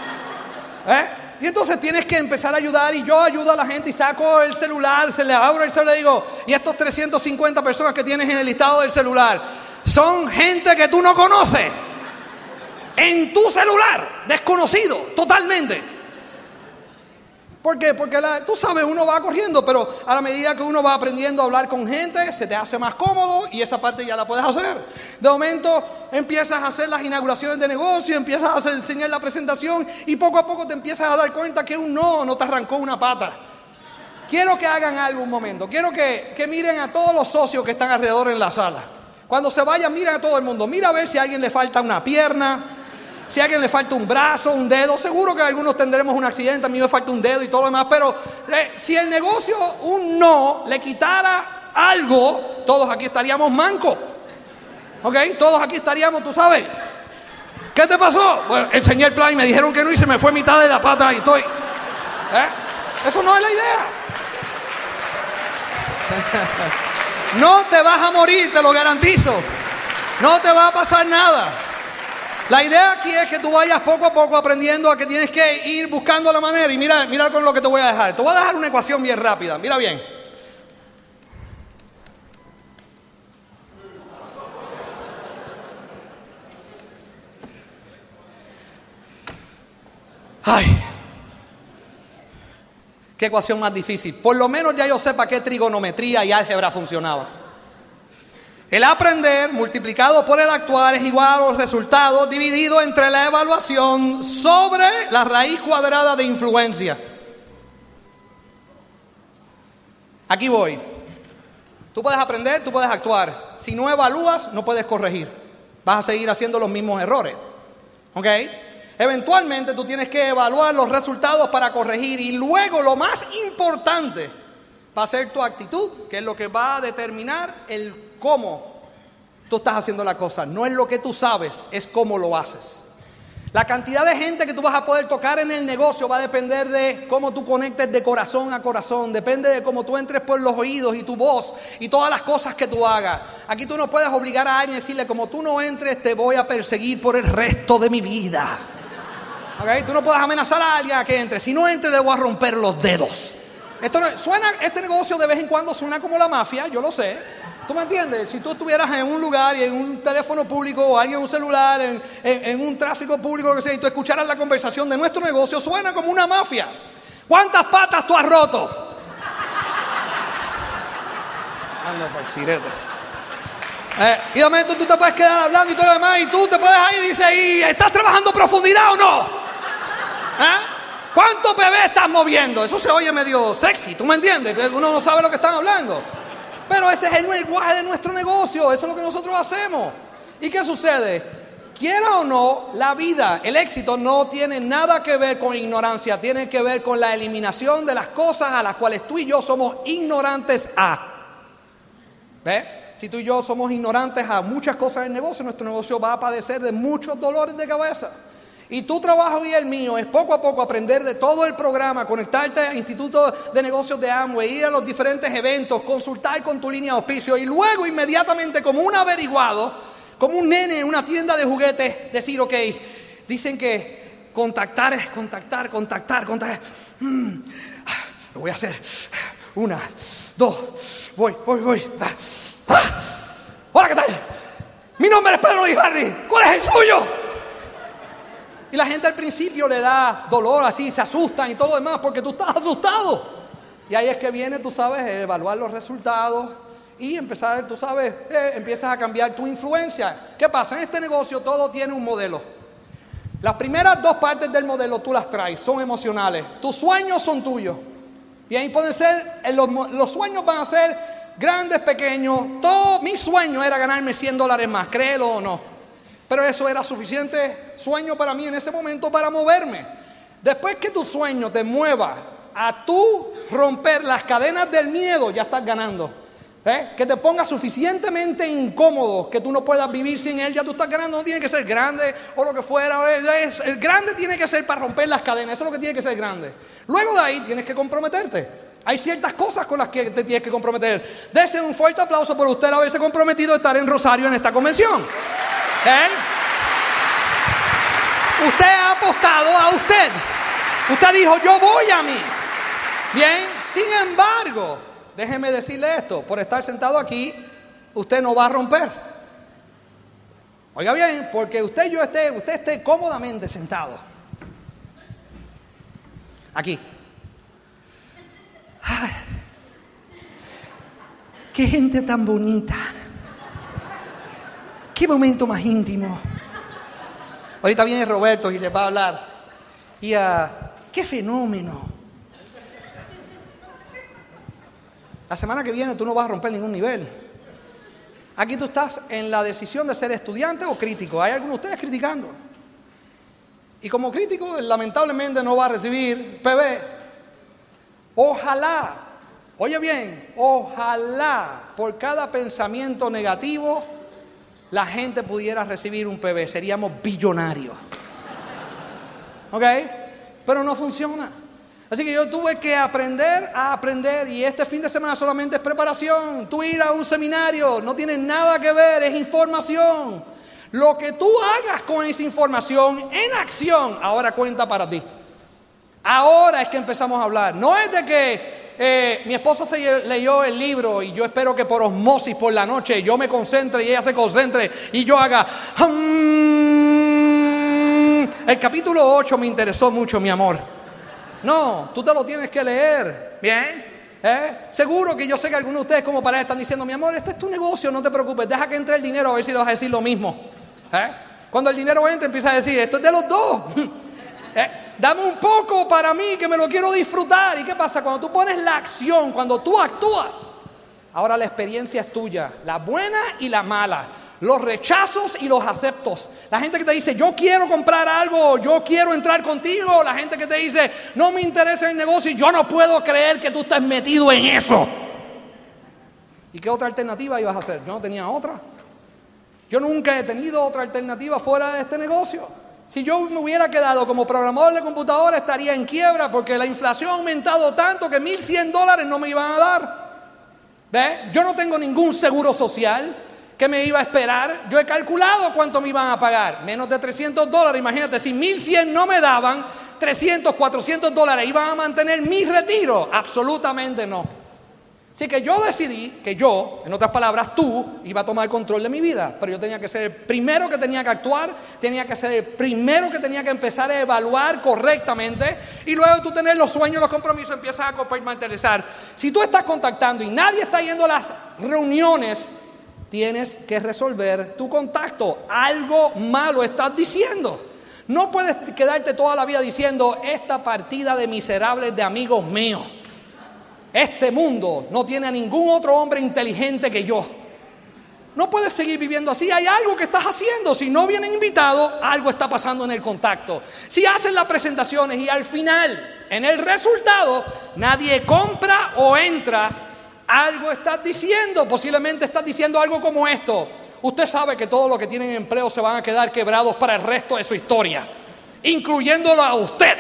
Y entonces tienes que empezar a ayudar y yo ayudo a la gente y saco el celular, se le abro el celular y digo, y estos 350 personas que tienes en el listado del celular, son gente que tú no conoces. En tu celular, desconocido, totalmente. ¿Por qué? Porque tú sabes, uno va corriendo, pero a la medida que uno va aprendiendo a hablar con gente, se te hace más cómodo y esa parte ya la puedes hacer. De momento empiezas a hacer las inauguraciones de negocio, empiezas a enseñar la presentación y poco a poco te empiezas a dar cuenta que un no te arrancó una pata. Quiero que hagan algo un momento, quiero que miren a todos los socios que están alrededor en la sala. Cuando se vayan, miren a todo el mundo, mira a ver si a alguien le falta una pierna. Si a alguien le falta un brazo, un dedo, seguro que algunos tendremos un accidente, a mí me falta un dedo y todo lo demás, pero si el negocio, un no, le quitara algo, todos aquí estaríamos mancos. ¿Ok? Todos aquí estaríamos, tú sabes. ¿Qué te pasó? Bueno, enseñé el plan y me dijeron que no y se me fue mitad de la pata y estoy. Eso no es la idea. No te vas a morir, te lo garantizo. No te va a pasar nada. La idea aquí es que tú vayas poco a poco aprendiendo a que tienes que ir buscando la manera. Y mira con lo que te voy a dejar. Te voy a dejar una ecuación bien rápida. Mira bien. Ay. Qué ecuación más difícil. Por lo menos ya yo sé para qué trigonometría y álgebra funcionaba. El aprender multiplicado por el actuar es igual a los resultados dividido entre la evaluación sobre la raíz cuadrada de influencia. Aquí voy. Tú puedes aprender, tú puedes actuar. Si no evalúas, no puedes corregir. Vas a seguir haciendo los mismos errores. ¿Ok? Eventualmente tú tienes que evaluar los resultados para corregir. Y luego lo más importante va a ser tu actitud, que es lo que va a determinar el cómo tú estás haciendo la cosa. No es lo que tú sabes, es cómo lo haces. La cantidad de gente que tú vas a poder tocar en el negocio va a depender de cómo tú conectes de corazón a corazón. Depende de cómo tú entres por los oídos y tu voz y todas las cosas que tú hagas. Aquí tú no puedes obligar a alguien y decirle, como tú no entres, te voy a perseguir por el resto de mi vida. ¿Okay? Tú no puedes amenazar a alguien a que entre. Si no entre, le voy a romper los dedos. Este negocio de vez en cuando suena como la mafia, yo lo sé. ¿Tú me entiendes? Si tú estuvieras en un lugar y en un teléfono público o alguien en un celular, en un tráfico público, lo que sea, y tú escucharas la conversación de nuestro negocio, suena como una mafia. ¿Cuántas patas tú has roto? Anda por el sirete. Y de momento tú te puedes quedar hablando y todo lo demás, y tú te puedes ir y dices, ¿y estás trabajando profundidad o no? ¿Cuántos bebés estás moviendo? Eso se oye medio sexy, ¿tú me entiendes? Uno no sabe lo que están hablando. Pero ese es el lenguaje de nuestro negocio, eso es lo que nosotros hacemos. ¿Y qué sucede? Quiera o no, la vida, el éxito no tiene nada que ver con ignorancia, tiene que ver con la eliminación de las cosas a las cuales tú y yo somos ignorantes a. ¿Ves? Si tú y yo somos ignorantes a muchas cosas del negocio, nuestro negocio va a padecer de muchos dolores de cabeza. Y tu trabajo y el mío es poco a poco aprender de todo el programa, conectarte al Instituto de Negocios de Amway, ir a los diferentes eventos, consultar con tu línea de auspicio y luego inmediatamente como un averiguado, como un nene en una tienda de juguetes, decir, ok, dicen que contactar es contactar. Lo voy a hacer. 1, 2, voy. Hola, ¿qué tal? Mi nombre es Pedro Lizardi, ¿cuál es el suyo? Y la gente al principio le da dolor así, se asustan y todo lo demás porque tú estás asustado. Y ahí es que viene, tú sabes, evaluar los resultados y empezar, tú sabes, empiezas a cambiar tu influencia. ¿Qué pasa? En este negocio todo tiene un modelo. Las primeras dos partes del modelo tú las traes, son emocionales. Tus sueños son tuyos. Y ahí pueden ser, los sueños van a ser grandes, pequeños. Todo mi sueño era ganarme $100 más, créelo o no. Pero eso era suficiente sueño para mí en ese momento para moverme. Después que tu sueño te mueva a tú romper las cadenas del miedo, ya estás ganando. Que te ponga suficientemente incómodo que tú no puedas vivir sin él, ya tú estás ganando. No tiene que ser grande o lo que fuera. El grande tiene que ser para romper las cadenas. Eso es lo que tiene que ser grande. Luego de ahí tienes que comprometerte. Hay ciertas cosas con las que te tienes que comprometer. Dese un fuerte aplauso por usted haberse comprometido a estar en Rosario en esta convención. Usted ha apostado a usted. Usted dijo, yo voy a mí. Bien, sin embargo, déjeme decirle esto, por estar sentado aquí, usted no va a romper. Oiga bien, porque usted esté cómodamente sentado. Aquí. Ay, qué gente tan bonita. Qué momento más íntimo. Ahorita viene Roberto y les va a hablar. Y qué fenómeno. La semana que viene tú no vas a romper ningún nivel. Aquí tú estás en la decisión de ser estudiante o crítico. Hay algunos de ustedes criticando. Y como crítico, lamentablemente no va a recibir PB. Ojalá, oye bien, ojalá por cada pensamiento negativo la gente pudiera recibir un PB. Seríamos billonarios. ¿Ok? Pero no funciona. Así que yo tuve que aprender a aprender, y este fin de semana solamente es preparación. Tú ir a un seminario no tiene nada que ver, es información. Lo que tú hagas con esa información en acción, ahora cuenta para ti. Ahora es que empezamos a hablar. No es de que mi esposa se leyó el libro y yo espero que por osmosis por la noche yo me concentre y ella se concentre y yo haga... El capítulo 8 me interesó mucho, mi amor. No, tú te lo tienes que leer. ¿Bien? Seguro que yo sé que algunos de ustedes como pareja están diciendo, mi amor, este es tu negocio, no te preocupes, deja que entre el dinero a ver si le vas a decir lo mismo. Cuando el dinero entra empieza a decir, esto es de los dos. Dame un poco para mí que me lo quiero disfrutar. ¿Y qué pasa? Cuando tú pones la acción, cuando tú actúas, ahora la experiencia es tuya, la buena y la mala, los rechazos y los aceptos. La gente que te dice, yo quiero comprar algo, yo quiero entrar contigo. La gente que te dice, no me interesa el negocio y yo no puedo creer que tú estés metido en eso. ¿Y qué otra alternativa ibas a hacer? Yo no tenía otra. Yo nunca he tenido otra alternativa fuera de este negocio. Si yo me hubiera quedado como programador de computadora, estaría en quiebra porque la inflación ha aumentado tanto que $1,100 no me iban a dar. ¿Ves? Yo no tengo ningún seguro social que me iba a esperar. Yo he calculado cuánto me iban a pagar. Menos de $300. Imagínate, si 1,100 no me daban, $300, $400 iban a mantener mi retiro. Absolutamente no. Así que yo decidí que yo, en otras palabras, tú, iba a tomar control de mi vida. Pero yo tenía que ser el primero que tenía que actuar, tenía que ser el primero que tenía que empezar a evaluar correctamente. Y luego tú tener los sueños, los compromisos, empiezas a compartimentalizar. Si tú estás contactando y nadie está yendo a las reuniones, tienes que resolver tu contacto. Algo malo estás diciendo. No puedes quedarte toda la vida diciendo, esta partida de miserables de amigos míos. Este mundo no tiene a ningún otro hombre inteligente que yo. No puedes seguir viviendo así. Hay algo que estás haciendo. Si no vienen invitados, algo está pasando en el contacto. Si hacen las presentaciones y al final, en el resultado, nadie compra o entra, algo estás diciendo. Posiblemente estás diciendo algo como esto. Usted sabe que todos los que tienen empleo se van a quedar quebrados para el resto de su historia, incluyéndolo a usted.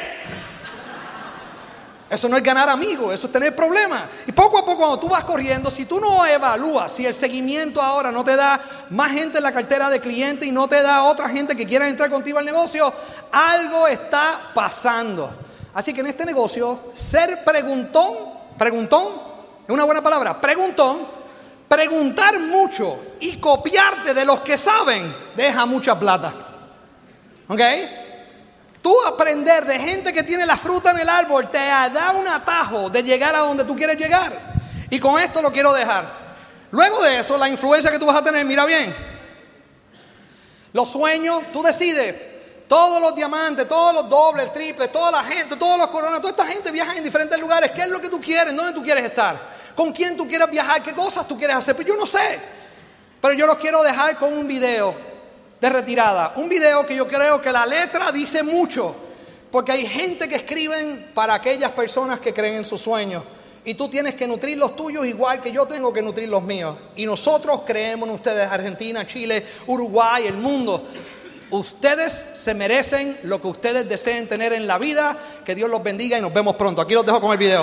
Eso no es ganar amigos, eso es tener problemas. Y poco a poco cuando tú vas corriendo, si tú no evalúas, si el seguimiento ahora no te da más gente en la cartera de cliente y no te da otra gente que quiera entrar contigo al negocio, algo está pasando. Así que en este negocio, ser preguntón, es una buena palabra, preguntón, Preguntar mucho y copiarte de los que saben deja mucha plata. ¿Ok? Tú aprender de gente que tiene la fruta en el árbol te da un atajo de llegar a donde tú quieres llegar. Y con esto lo quiero dejar. Luego de eso, la influencia que tú vas a tener, mira bien. Los sueños, tú decides. Todos los diamantes, todos los dobles, el triple, toda la gente, todos los coronas, toda esta gente viaja en diferentes lugares. ¿Qué es lo que tú quieres? ¿Dónde tú quieres estar? ¿Con quién tú quieres viajar? ¿Qué cosas tú quieres hacer? Pues yo no sé. Pero yo los quiero dejar con un video de retirada. Un video que yo creo que la letra dice mucho. Porque hay gente que escriben para aquellas personas que creen en sus sueños. Y tú tienes que nutrir los tuyos igual que yo tengo que nutrir los míos. Y nosotros creemos en ustedes, Argentina, Chile, Uruguay, el mundo. Ustedes se merecen lo que ustedes deseen tener en la vida. Que Dios los bendiga y nos vemos pronto. Aquí los dejo con el video.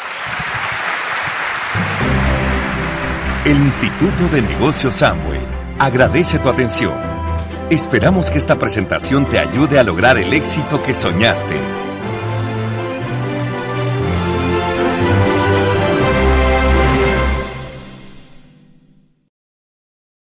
El Instituto de Negocios Amway agradece tu atención. Esperamos que esta presentación te ayude a lograr el éxito que soñaste.